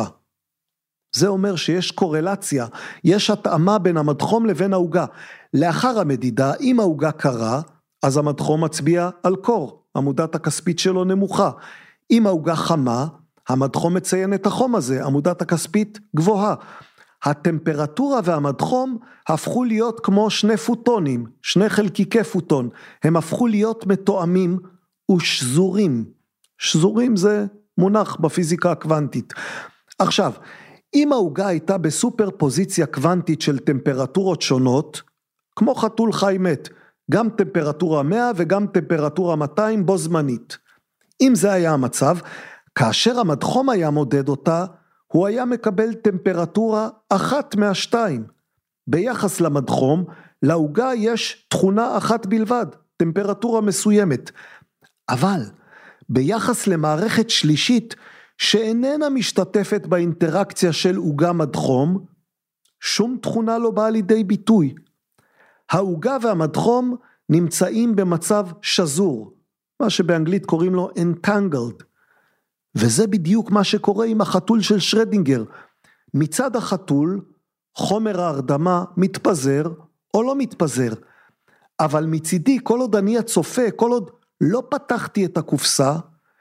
זה אומר שיש קורלציה, יש התאמה בין המדחום לבין העוגה. לאחר המדידה, אם העוגה קרה, אז המדחום מצביע על קור, עמודת הכספית שלו נמוכה. אם העוגה חמה, המדחום מציין את החום הזה, עמודת הכספית גבוהה. הטמפרטורה והמדחום הפכו להיות כמו שני פוטונים, שני חלקיקי פוטון. הם הפכו להיות מתואמים ושזורים. שזורים זה מונח בפיזיקה הקוונטית. עכשיו, אם העוגה הייתה בסופר פוזיציה קוונטית של טמפרטורות שונות, כמו חתול חי מת, גם טמפרטורה 100 וגם טמפרטורה 200 בו זמנית. אם זה היה המצב, כאשר המדחום היה מודד אותה, הוא היה מקבל טמפרטורה אחת מהשתיים. ביחס למדחום, לעוגה יש תכונה אחת בלבד, טמפרטורה מסוימת. אבל ביחס למערכת שלישית, שאיננה משתתפת באינטראקציה של עוגה מדחום, שום תכונה לא באה לידי ביטוי. העוגה והמדחום נמצאים במצב שזור, מה שבאנגלית קוראים לו entangled, וזה בדיוק מה שקורה עם החתול של שרדינגר. מצד החתול, חומר ההרדמה מתפזר או לא מתפזר, אבל מצידי, כל עוד אני הצופה, כל עוד לא פתחתי את הקופסה,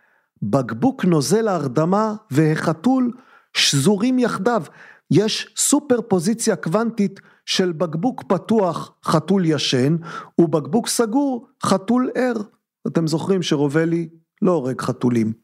בקבוק נוזל ההרדמה והחתול שזורים יחדיו. יש סופר פוזיציה קוונטית של בקבוק פתוח חתול ישן, ובקבוק סגור חתול ער. אתם זוכרים שרובלי לא הורג חתולים.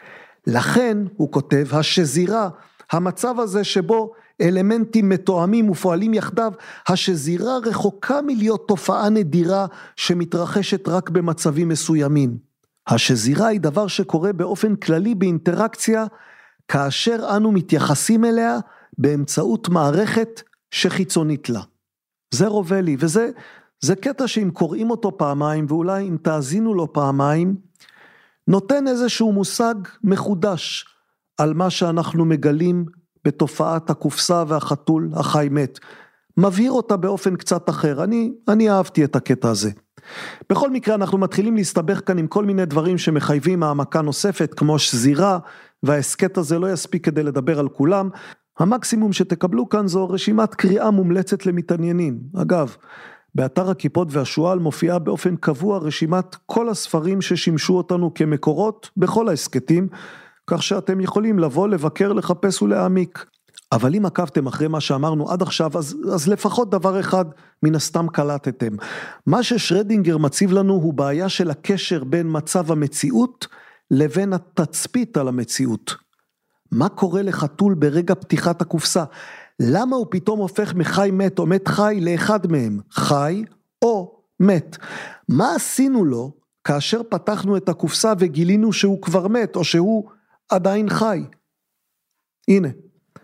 לכן הוא כותב, השזירה, המצב הזה שבו אלמנטים מתואמים ופועלים יחדיו, השזירה רחוקה מלהיות תופעה נדירה שמתרחשת רק במצבים מסוימים. השזירה היא דבר שקורה באופן כללי באינטראקציה, כאשר אנו מתייחסים אליה באמצעות מערכת שחיצונית לה. זה רובלי, וזה קטע שאם קוראים אותו פעמיים, ואולי אם תאזינו לו פעמיים, נותן איזשהו מושג מחודש על מה שאנחנו מגלים בתופעת הקופסה והחתול החי מת. מבהיר אותה באופן קצת אחר. אני אהבתי את הקטע הזה. בכל מקרה אנחנו מתחילים להסתבך כאן עם כל מיני דברים שמחייבים העמקה נוספת, כמו שזירה, והעסקט הזה לא יספיק כדי לדבר על כולם. המקסימום שתקבלו כאן זו רשימת קריאה מומלצת למתעניינים. אגב, באתר הכיפות והשואל מופיעה באופן קבוע רשימת כל הספרים ששימשו אותנו כמקורות בכל העסקטים, כך שאתם יכולים לבוא, לבקר, לחפש ולהעמיק. אבל אם עקבתם אחרי מה שאמרנו עד עכשיו, אז לפחות דבר אחד מן הסתם קלטתם. מה ששרדינגר מציב לנו הוא בעיה של הקשר בין מצב המציאות לבין התצפית על המציאות. מה קורה לחתול ברגע פתיחת הקופסה? למה הוא פתאום הופך מחי מת או מת חי לאחד מהם? חי או מת. מה עשינו לו כאשר פתחנו את הקופסה וגילינו שהוא כבר מת או שהוא עדיין חי? הנה.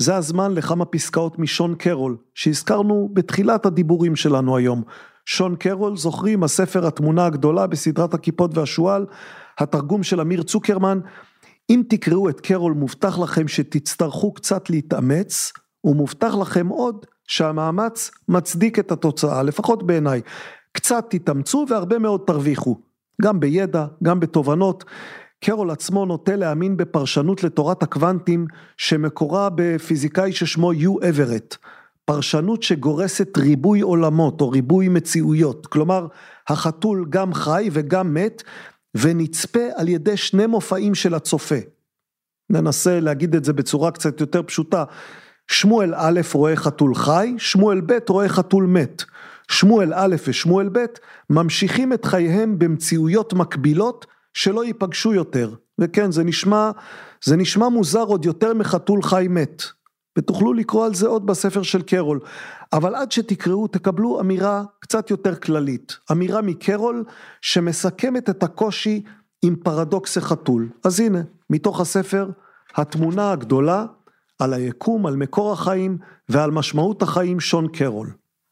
זה הזמן לכמה פסקאות משון קרול, שהזכרנו בתחילת הדיבורים שלנו היום. שון קרול, זוכרים, הספר התמונה הגדולה בסדרת הכיפות והשואל, התרגום של אמיר צוקרמן. אם תקראו את קרול, מובטח לכם שתצטרכו קצת להתאמץ, ומובטח לכם עוד שהמאמץ מצדיק את התוצאה, לפחות בעיניי. קצת תתאמצו והרבה מאוד תרוויחו, גם בידע, גם בתובנות. קרול עצמו נוטה להאמין בפרשנות לתורת הקוונטים, שמקורה בפיזיקאי ששמו יו אברט, פרשנות שגורסת ריבוי עולמות או ריבוי מציאויות, כלומר החתול גם חי וגם מת, ונצפה על ידי שני מופעים של הצופה. ננסה להגיד את זה בצורה קצת יותר פשוטה. שמואל א' רואה חתול חי, שמואל ב' רואה חתול מת. שמואל א' ושמואל ב' ממשיכים את חייהם במציאויות מקבילות שלא ייפגשו יותר. וכן, זה נשמע מוזר עוד יותר מחתול חי מת. ותוכלו לקרוא על זה עוד בספר של קרול. אבל עד שתקראו תקבלו אמירה קצת יותר כללית. אמירה מקרול שמסכמת את הקושי עם פרדוקס החתול. אז הנה, מתוך הספר, התמונה הגדולה על היקום, על מקור החיים ועל משמעות החיים, שון קרול.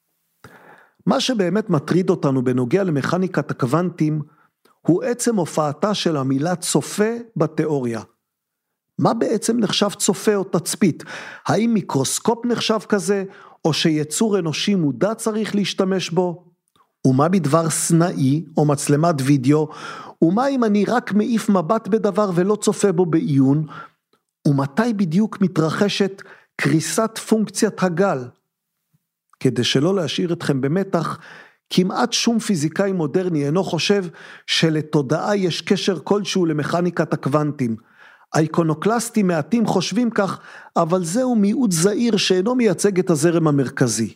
מה שבאמת מטריד אותנו בנוגע למכניקת הקוונטים, הוא עצם הופעתה של המילה צופה בתיאוריה. מה בעצם נחשב צופה או תצפית? האם מיקרוסקופ נחשב כזה, או שיצור אנושי מודע צריך להשתמש בו? ומה בדבר סנאי או מצלמת וידאו? ומה אם אני רק מעיף מבט בדבר ולא צופה בו בעיון? ומתי בדיוק מתרחשת קריסת פונקציית הגל? כדי שלא להשאיר אתכם במתח, כמעט שום פיזיקאי מודרני אינו חושב שלתודעה יש קשר כלשהו למכניקת הקוונטים. האיקונוקלסטים מעטים חושבים כך, אבל זהו מיעוט זעיר שאינו מייצג את הזרם המרכזי.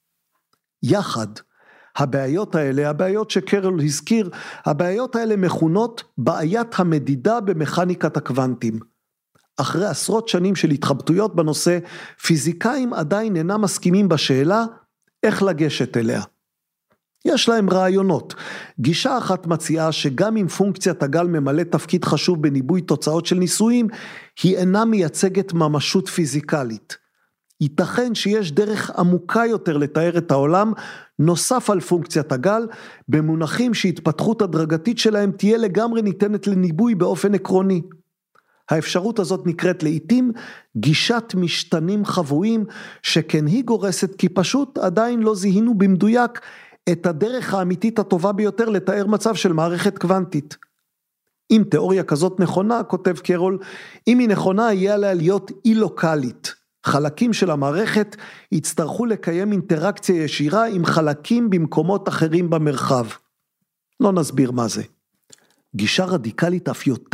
יחד, הבעיות האלה, הבעיות שקרול הזכיר, הבעיות האלה מכונות בעיית המדידה במכניקת הקוונטים. אחרי עשרות שנים של התחבטויות בנושא, פיזיקאים עדיין אינם מסכימים בשאלה איך לגשת אליה. יש להם רעיונות. גישה אחת מציעה שגם אם פונקציית הגל ממלא תפקיד חשוב בניבוי תוצאות של ניסויים, היא אינה מייצגת ממשות פיזיקלית. ייתכן שיש דרך עמוקה יותר לתאר את העולם, נוסף על פונקציית הגל, במונחים שהתפתחות הדרגתית שלהם תהיה לגמרי ניתנת לניבוי באופן עקרוני. האפשרות הזאת נקראת לעתים גישת משתנים חבויים, שכן היא גורסת כי פשוט עדיין לא זיהינו במדויק את הדרך האמיתית הטובה ביותר לתאר מצב של מערכת קוונטית. אם תיאוריה כזאת נכונה, כותב קרול, אם היא נכונה יהיה עליה להיות אי-לוקלית. חלקים של המערכת יצטרכו לקיים אינטראקציה ישירה עם חלקים במקומות אחרים במרחב. לא נסביר מה זה. גישה רדיקלית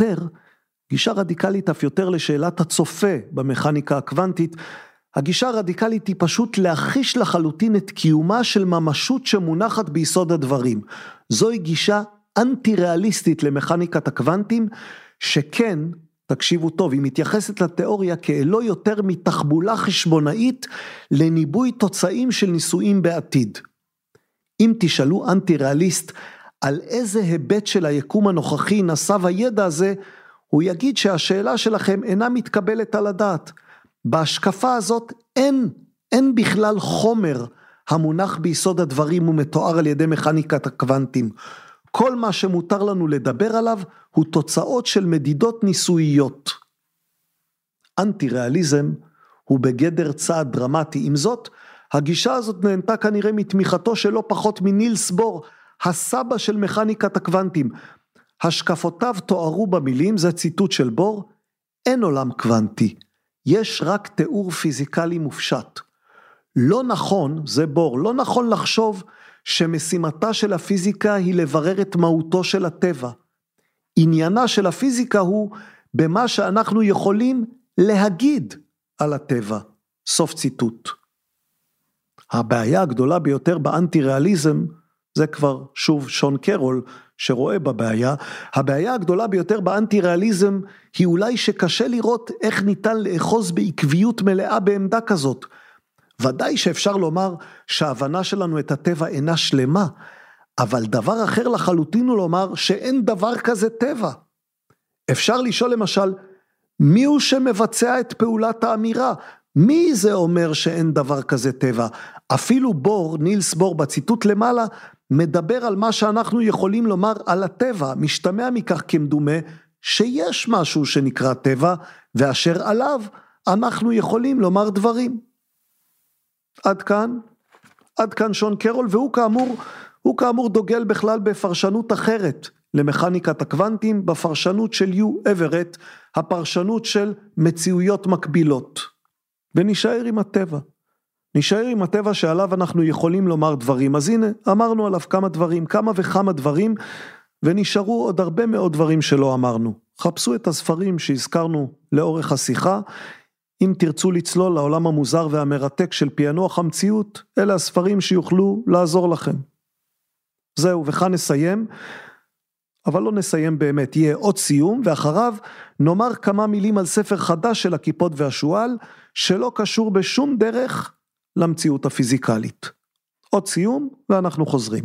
אף יותר לשאלת הצופה במכניקה הקוונטית. הגישה הרדיקלית היא פשוט להחיש לחלוטין את קיומה של ממשות שמונחת ביסוד הדברים. זוהי גישה אנטי-ריאליסטית למכניקת הקוונטים, שכן, תקשיבו טוב, היא מתייחסת לתיאוריה כאלו יותר מתחבולה חשבונאית לניבוי תוצאים של ניסויים בעתיד. אם תשאלו אנטי-ריאליסט על איזה היבט של היקום הנוכחי נסב הידע הזה, הוא יגיד שהשאלה שלכם אינה מתקבלת על הדעת. בהשקפה הזאת אין בכלל חומר המונח ביסוד הדברים ומתואר על ידי מכניקת הקוונטים. כל מה שמותר לנו לדבר עליו הוא תוצאות של מדידות ניסויות. אנטי-ריאליזם הוא בגדר צעד דרמטי. עם זאת, הגישה הזאת נהנתה כנראה מתמיכתו שלא פחות מנילס בור, הסבא של מכניקת הקוונטים. השקפותיו תוארו במילים, זה ציטוט של בור, אין עולם קוונטי, יש רק תיאור פיזיקלי מופשט. לא נכון, זה בור, לא נכון לחשוב שמשימתה של הפיזיקה היא לברר את מהותו של הטבע. עניינה של הפיזיקה הוא במה שאנחנו יכולים להגיד על הטבע. סוף ציטוט. הבעיה הגדולה ביותר באנטי-ריאליזם, זה כבר שוב שון קרול שרואה בבעיה, הבעיה הגדולה ביותר באנטי-ריאליזם היא אולי שקשה לראות איך ניתן לאחוז בעקביות מלאה בעמדה כזאת. ודאי שאפשר לומר שההבנה שלנו את הטבע אינה שלמה, אבל דבר אחר לחלוטין הוא לומר שאין דבר כזה טבע. אפשר לשאול למשל, מי הוא שמבצע את פעולת האמירה? מי זה אומר שאין דבר כזה טבע? אפילו בור, נילס בור בציטוט למעלה, מדבר על מה שאנחנו יכולים לומר על הטבע, משתמע מכך כמדומה, שיש משהו שנקרא טבע, ואשר עליו אנחנו יכולים לומר דברים. עד כאן שון קרול, והוא כאמור דוגל בכלל בפרשנות אחרת, למכניקת הקוונטים, בפרשנות של יו אברט, הפרשנות של מציאויות מקבילות. ונשאר עם הטבע. נשאר עם הטבע שעליו אנחנו יכולים לומר דברים. אז הנה, אמרנו עליו כמה וכמה דברים, ונשארו עוד הרבה מאוד דברים שלא אמרנו. חפשו את הספרים שהזכרנו לאורך השיחה. אם תרצו לצלול לעולם המוזר והמרתק של פענוח המציאות, אלה הספרים שיוכלו לעזור לכם. זהו, וכאן נסיים, אבל לא נסיים באמת, יהיה עוד סיום, ואחריו נאמר כמה מילים על ספר חדש של הכיפות והשואל, שלא קשור בשום דרך למציאות הפיזיקלית. עוד סיום, ואנחנו חוזרים.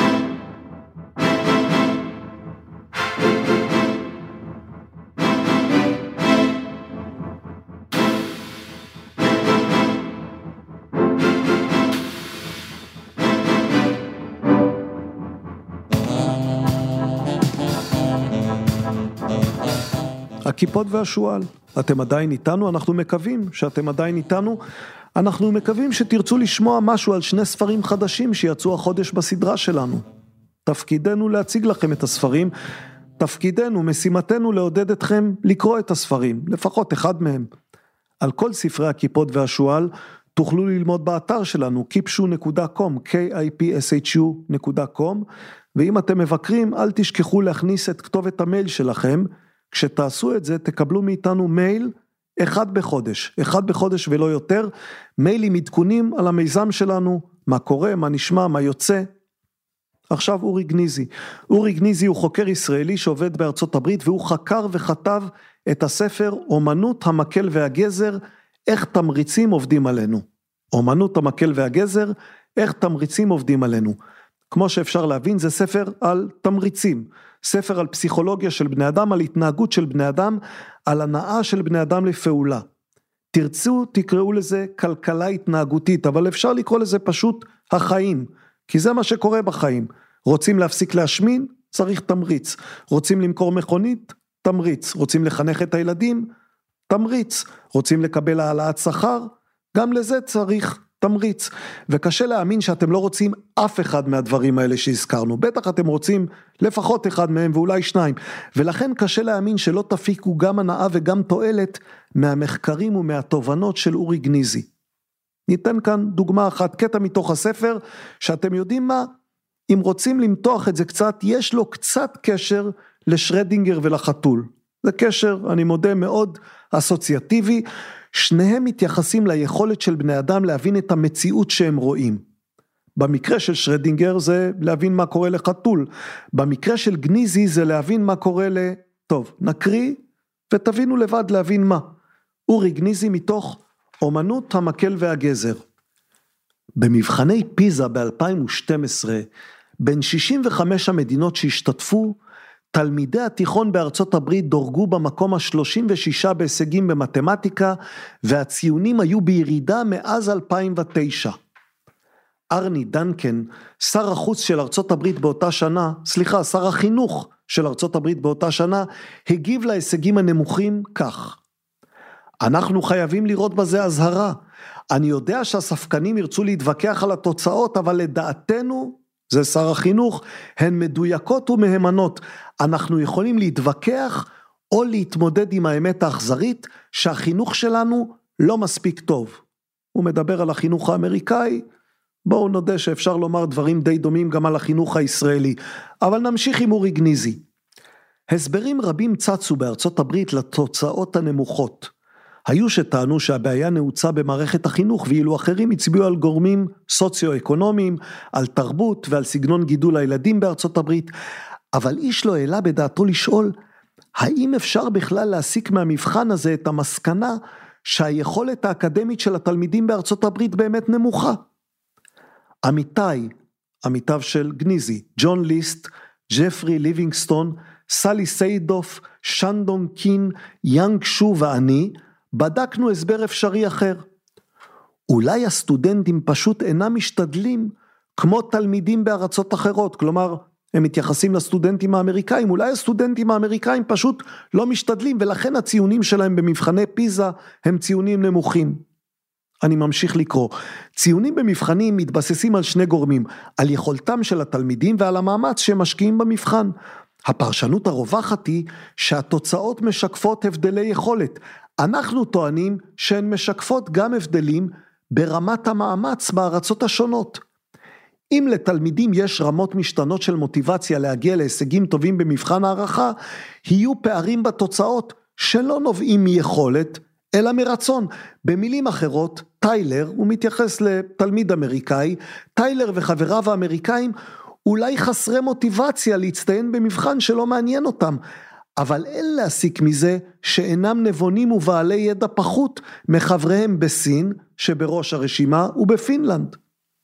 הכיפות והשואל, אתם עדיין איתנו? אנחנו מקווים שאתם עדיין איתנו. אנחנו מקווים שתרצו לשמוע משהו על שני ספרים חדשים שיצאו החודש בסדרה שלנו. תפקידנו להציג לכם את הספרים, תפקידנו, משימתנו לעודד אתכם לקרוא את הספרים, לפחות אחד מהם. על כל ספרי הכיפות והשואל תוכלו ללמוד באתר שלנו, kipshu.com, kipshu.com, ואם אתם מבקרים, אל תשכחו להכניס את כתובת המייל שלכם. כשתעשו את זה, תקבלו מאיתנו מייל אחד בחודש ולא יותר, מיילים עדכונים על המיזם שלנו, מה קורה, מה נשמע, מה יוצא. עכשיו אורי גניזי הוא חוקר ישראלי שעובד בארצות הברית, והוא חקר וכתב את הספר אומנות המקל והגזר, איך תמריצים עובדים עלינו. אומנות המקל והגזר, איך תמריצים עובדים עלינו. כמו שאפשר להבין, זה ספר על תמריצים, ספר על פסיכולוגיה של בני אדם, על התנהגות של בני אדם, על הנאה של בני אדם לפעולה. תרצו, תקראו לזה כלכלה התנהגותית, אבל אפשר לקרוא לזה פשוט החיים, כי זה מה שקורה בחיים. רוצים להפסיק להשמין? צריך תמריץ. רוצים למכור מכונית? תמריץ. רוצים לחנך את הילדים? תמריץ. רוצים לקבל העלאת שכר? גם לזה צריך תמריץ. וקשה להאמין שאתם לא רוצים אף אחד מהדברים האלה שהזכרנו. בטח אתם רוצים לפחות אחד מהם ואולי שניים. ולכן קשה להאמין שלא תפיקו גם הנאה וגם תועלת מהמחקרים ומהתובנות של אורי גניזי. ניתן כאן דוגמה אחת, קטע מתוך הספר, שאתם יודעים מה? אם רוצים למתוח את זה קצת, יש לו קצת קשר לשרדינגר ולחתול. זה קשר, אני מודה, מאוד אסוציאטיבי. שניהם מתייחסים ליכולת של בני אדם להבין את המציאות שהם רואים. במקרה של שרדינגר זה להבין מה קורה לחתול. במקרה של גניזי זה להבין מה קורה טוב, נקריא ותבינו לבד להבין מה. אורי גניזי מתוך אומנות המקל והגזר. במבחני פיזה ב-2012, בין 65 המדינות שהשתתפו, תלמידי התיכון בארצות הברית דורגו במקום ה-36 בהישגים במתמטיקה, והציונים היו בירידה מאז 2009. ארני דנקן, שר החוץ של ארצות הברית באותה שנה, שר החינוך של ארצות הברית באותה שנה, הגיב להישגים הנמוכים כך: אנחנו חייבים לראות בזה הזהרה. אני יודע שהספקנים ירצו להתווכח על התוצאות, אבל לדעתנו, זה שר החינוך, הן מדויקות ומהימנות. אנחנו יכולים להתווכח או להתמודד עם האמת האכזרית שהחינוך שלנו לא מספיק טוב. הוא מדבר על החינוך האמריקאי, בואו נודה שאפשר לומר דברים די דומים גם על החינוך הישראלי, אבל נמשיך עם אורי גניזי. הסברים רבים צצו בארצות הברית לתוצאות הנמוכות. היו שטענו שהבעיה נעוצה במערכת החינוך, ואילו אחרים הצביעו על גורמים סוציו-אקונומיים, על תרבות ועל סגנון גידול הילדים בארצות הברית, אבל איש לא העלה בדעתו לשאול, האם אפשר בכלל להסיק מהמבחן הזה את המסקנה שהיכולת האקדמית של התלמידים בארצות הברית באמת נמוכה? עמיתיו של גניזי, ג'ון ליסט, ג'פרי ליבינגסטון, סלי סיידוף, שנדון קין, יאנג שו ואני, בדקנו הסבר אפשרי אחר. אולי הסטודנטים פשוט אינם משתדלים כמו תלמידים בארצות אחרות, כלומר, הם מתייחסים לסטודנטים האמריקאים, אולי הסטודנטים האמריקאים פשוט לא משתדלים, ולכן הציונים שלהם במבחני פיזה הם ציונים נמוכים. אני ממשיך לקרוא. ציונים במבחנים מתבססים על שני גורמים, על יכולתם של התלמידים ועל המאמץ שהם משקיעים במבחן. הפרשנות הרווחת היא שהתוצאות משקפות הבדלי יכולת. אנחנו טוענים שהן משקפות גם הבדלים ברמת המאמץ בארצות השונות. אם לתלמידים יש רמות משתנות של מוטיבציה להגיע להישגים טובים במבחן הערכה, יהיו פערים בתוצאות שלא נובעים מיכולת, אלא מרצון. במילים אחרות, טיילר, הוא מתייחס לתלמיד אמריקאי, טיילר וחבריו האמריקאים אולי חסרי מוטיבציה להצטיין במבחן שלא מעניין אותם, אבל אין להסיק מזה שאינם נבונים ובעלי ידע פחות מחבריהם בסין, שבראש הרשימה, ובפינלנד.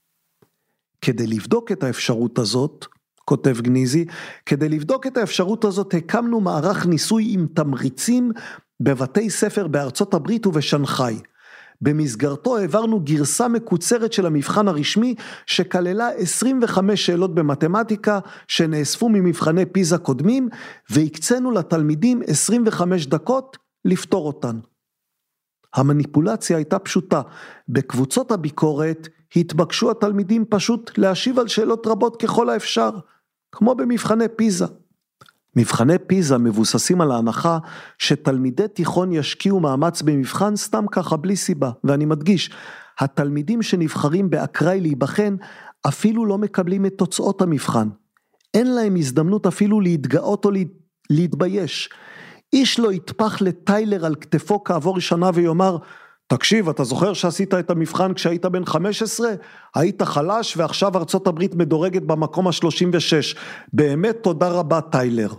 כדי לבדוק את האפשרות הזאת, כותב גניזי, כדי לבדוק את האפשרות הזאת הקמנו מערך ניסוי עם תמריצים בבתי ספר בארצות הברית ובשנחאי. במסגרתו העברנו גרסה מקוצרת של המבחן הרשמי שכללה 25 שאלות במתמטיקה שנאספו ממבחני פיזה קודמים, והקצינו לתלמידים 25 דקות לפתור אותן. המניפולציה הייתה פשוטה, בקבוצות הביקורת התבקשו התלמידים פשוט להשיב על שאלות רבות ככל האפשר, כמו במבחני פיזה. מבחני פיזה מבוססים על ההנחה שתלמידי תיכון ישקיעו מאמץ במבחן סתם ככה בלי סיבה, ואני מדגיש, התלמידים שנבחרים באקראי להיבחן אפילו לא מקבלים את תוצאות המבחן, אין להם הזדמנות אפילו להתגאות או להתבייש, איש לא יתפח לטיילר על כתפו כעבור שנה ויאמר, תקשיב, אתה זוכר שעשית את המבחן כשהיית בן 15? היית חלש ועכשיו ארצות הברית מדורגת במקום ה-36. באמת תודה רבה טיילר.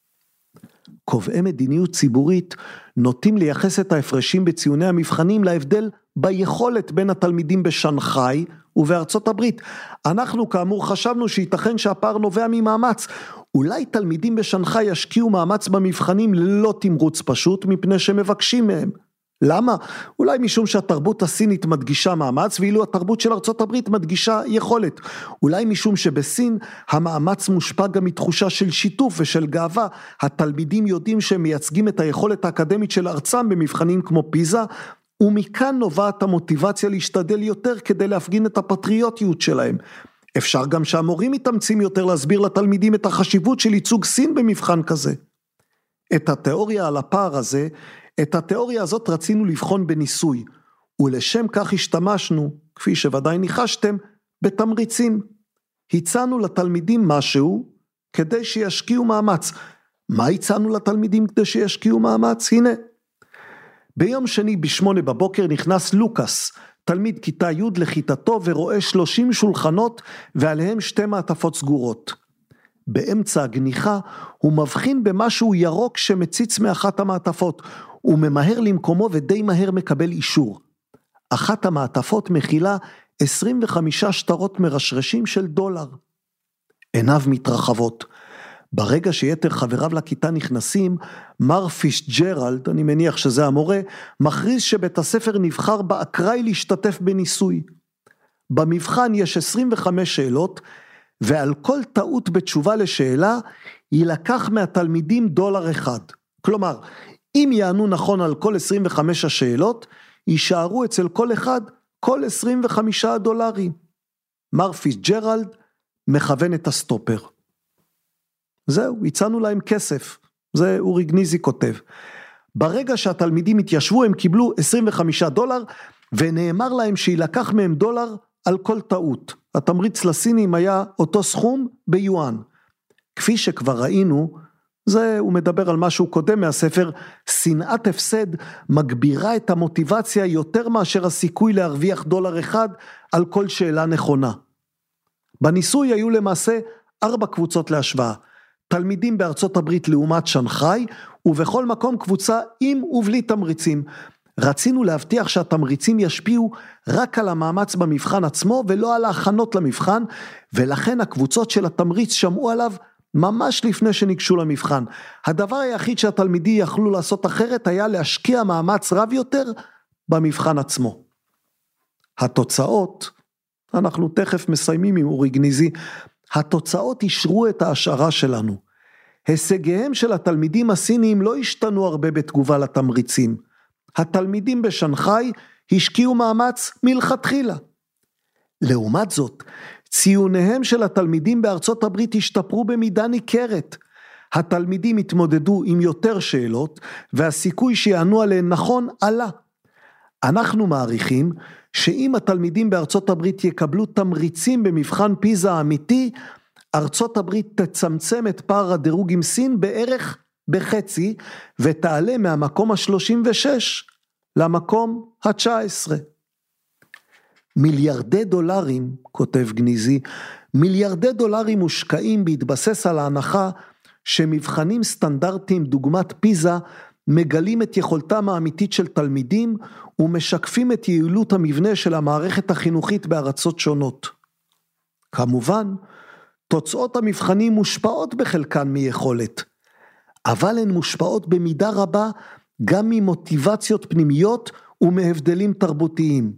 קובעי מדיניות ציבורית נוטים לייחס את ההפרשים בציוני המבחנים להבדל ביכולת בין התלמידים בשנחאי ובארצות הברית. אנחנו כאמור חשבנו שייתכן שהפער נובע ממאמץ. אולי תלמידים בשנחאי ישקיעו מאמץ במבחנים ללא תמרוץ פשוט מפני שמבקשים מהם. למה? אולי משום שהתרבות הסינית מדגישה מאמץ, ואילו התרבות של ארצות הברית מדגישה יכולת. אולי משום שבסין המאמץ מושפע גם מתחושה של שיתוף ושל גאווה. התלמידים יודעים שהם מייצגים את היכולת האקדמית של ארצם במבחנים כמו פיזה, ומכאן נובעת המוטיבציה להשתדל יותר כדי להפגין את הפטריוטיות שלהם. אפשר גם שהמורים מתאמצים יותר להסביר לתלמידים את החשיבות של ייצוג סין במבחן כזה. את התיאוריה על הפער הזה, את התיאוריה הזאת רצינו לבחון בניסוי, ולשם כך השתמשנו, כפי שוודאי ניחשתם, בתמריצים. הצענו לתלמידים משהו כדי שישקיעו מאמץ. מה הצענו לתלמידים כדי שישקיעו מאמץ? הנה. ביום שני ב8 בבוקר נכנס לוקאס, תלמיד כיתה י' לכיתתו ורואה 30 שולחנות ועליהם 2 מעטפות סגורות. באמצע הגניחה הוא מבחין במשהו ירוק שמציץ מאחת המעטפות, הוא ממהר למקומו ודי מהר מקבל אישור. אחת המעטפות מכילה 25 שטרות מרשרשים של $. עיניו מתרחבות. ברגע שיתר חבריו לכיתה נכנסים, מר פישג'רלד, אני מניח שזה המורה, מכריז שבית הספר נבחר באקראי להשתתף בניסוי. במבחן יש 25 שאלות, ועל כל טעות בתשובה לשאלה, יילקח מהתלמידים $1. כלומר, אם יענו נכון על כל 25 השאלות, יישארו אצל כל אחד כל $25. מר פישג'רלד מכוון את הסטופר. זהו, הצענו להם כסף. זה אורי גניזי כותב. ברגע שהתלמידים התיישבו, הם קיבלו $25, ונאמר להם שילקח מהם $1 על כל טעות. התמריץ לסינים היה אותו סכום ביואן. כפי שכבר ראינו, הוא מדבר על משהו קודם מהספר, שנאת הפסד מגבירה את המוטיבציה יותר מאשר הסיכוי להרוויח $1 על כל שאלה נכונה. בניסוי היו למעשה 4 קבוצות להשוואה, תלמידים בארצות הברית לעומת שנחאי, ובכל מקום קבוצה עם ובלי תמריצים. רצינו להבטיח שהתמריצים ישפיעו רק על המאמץ במבחן עצמו ולא על ההכנות למבחן, ולכן הקבוצות של התמריץ שמעו עליו ממש לפני שניגשו למבחן. הדבר היחיד שהתלמידי יכלו לעשות אחרת היה להשקיע מאמץ רב יותר במבחן עצמו. התוצאות, אנחנו תכף מסיימים עם אורי גניזי, התוצאות אישרו את ההשערה שלנו. הישגיהם של התלמידים הסיניים לא השתנו הרבה בתגובה לתמריצים. התלמידים בשנגחאי השקיעו מאמץ מלכתחילה. לעומת זאת, ציוניהם של התלמידים בארצות הברית השתפרו במידה ניכרת. התלמידים התמודדו עם יותר שאלות, והסיכוי שיענו עליהן נכון עלה. אנחנו מעריכים שאם התלמידים בארצות הברית יקבלו תמריצים במבחן פיזה האמיתי, ארצות הברית תצמצם את פער הדירוג עם סין בערך בחצי, ותעלה מהמקום ה-36 למקום ה-19. מיליארדי דולרים, כותב גניזי, מיליארדי דולרים מושקעים בהתבסס על ההנחה שמבחנים סטנדרטיים דוגמת פיזה מגלים את יכולתם האמיתית של תלמידים ומשקפים את יעילות המבנה של המערכת החינוכית בארצות שונות. כמובן, תוצאות המבחנים מושפעות בחלקן מיכולת, אבל הן מושפעות במידה רבה גם ממוטיבציות פנימיות ומהבדלים תרבותיים.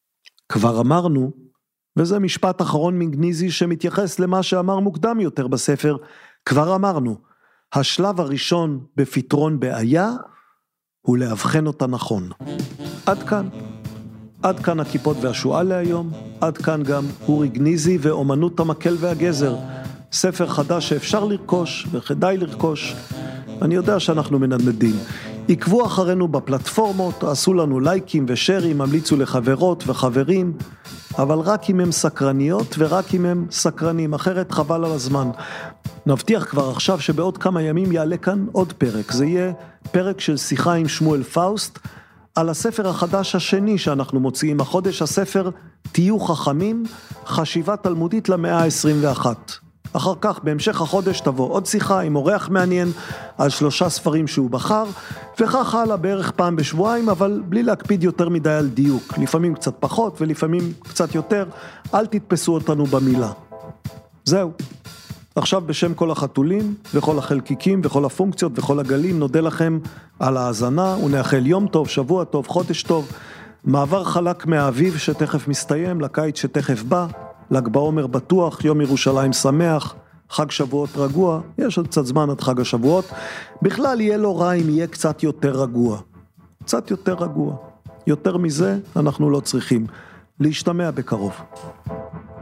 כבר אמרנו, וזה משפט אחרון מגניזי שמתייחס למה שאמר מוקדם יותר בספר, כבר אמרנו, השלב הראשון בפתרון בעיה הוא להבחן אותה נכון. עד כאן. עד כאן הכיפות והשואל להיום, עד כאן גם אורי גניזי ואומנות המקל והגזר, ספר חדש שאפשר לרכוש וכדאי לרכוש. אני יודע שאנחנו מנדנדים. עקבו אחרינו בפלטפורמות, עשו לנו לייקים ושרים, המליצו לחברות וחברים, אבל רק אם הם סקרניות ורק אם הם סקרנים, אחרת חבל על הזמן. נבטיח כבר עכשיו שבעוד כמה ימים יעלה כאן עוד פרק, זה יהיה פרק של שיחה עם שמואל פאוסט, על הספר החדש השני שאנחנו מוציאים החודש, הספר תהיו חכמים, חשיבה תלמודית למאה ה-21. אחר כך בהמשך החודש תבוא עוד שיחה עם אורח מעניין על 3 ספרים שהוא בחר, וכך הלאה בערך פעם בשבועיים, אבל בלי להקפיד יותר מדי על דיוק, לפעמים קצת פחות ולפעמים קצת יותר, אל תתפסו אותנו במילה. זהו. עכשיו בשם כל החתולים וכל החלקיקים וכל הפונקציות וכל הגלים נודה לכם על ההאזנה ונאחל יום טוב, שבוע טוב, חודש טוב, מעבר חלק מהאביב שתכף מסתיים, לקיץ שתכף בא, ל"ג בעומר בטוח, יום ירושלים שמח, חג שבועות רגוע, יש עוד קצת זמן עד חג השבועות, בכלל יהיה לא רע אם יהיה קצת יותר רגוע, קצת יותר רגוע, יותר מזה אנחנו לא צריכים, להשתמע בקרוב.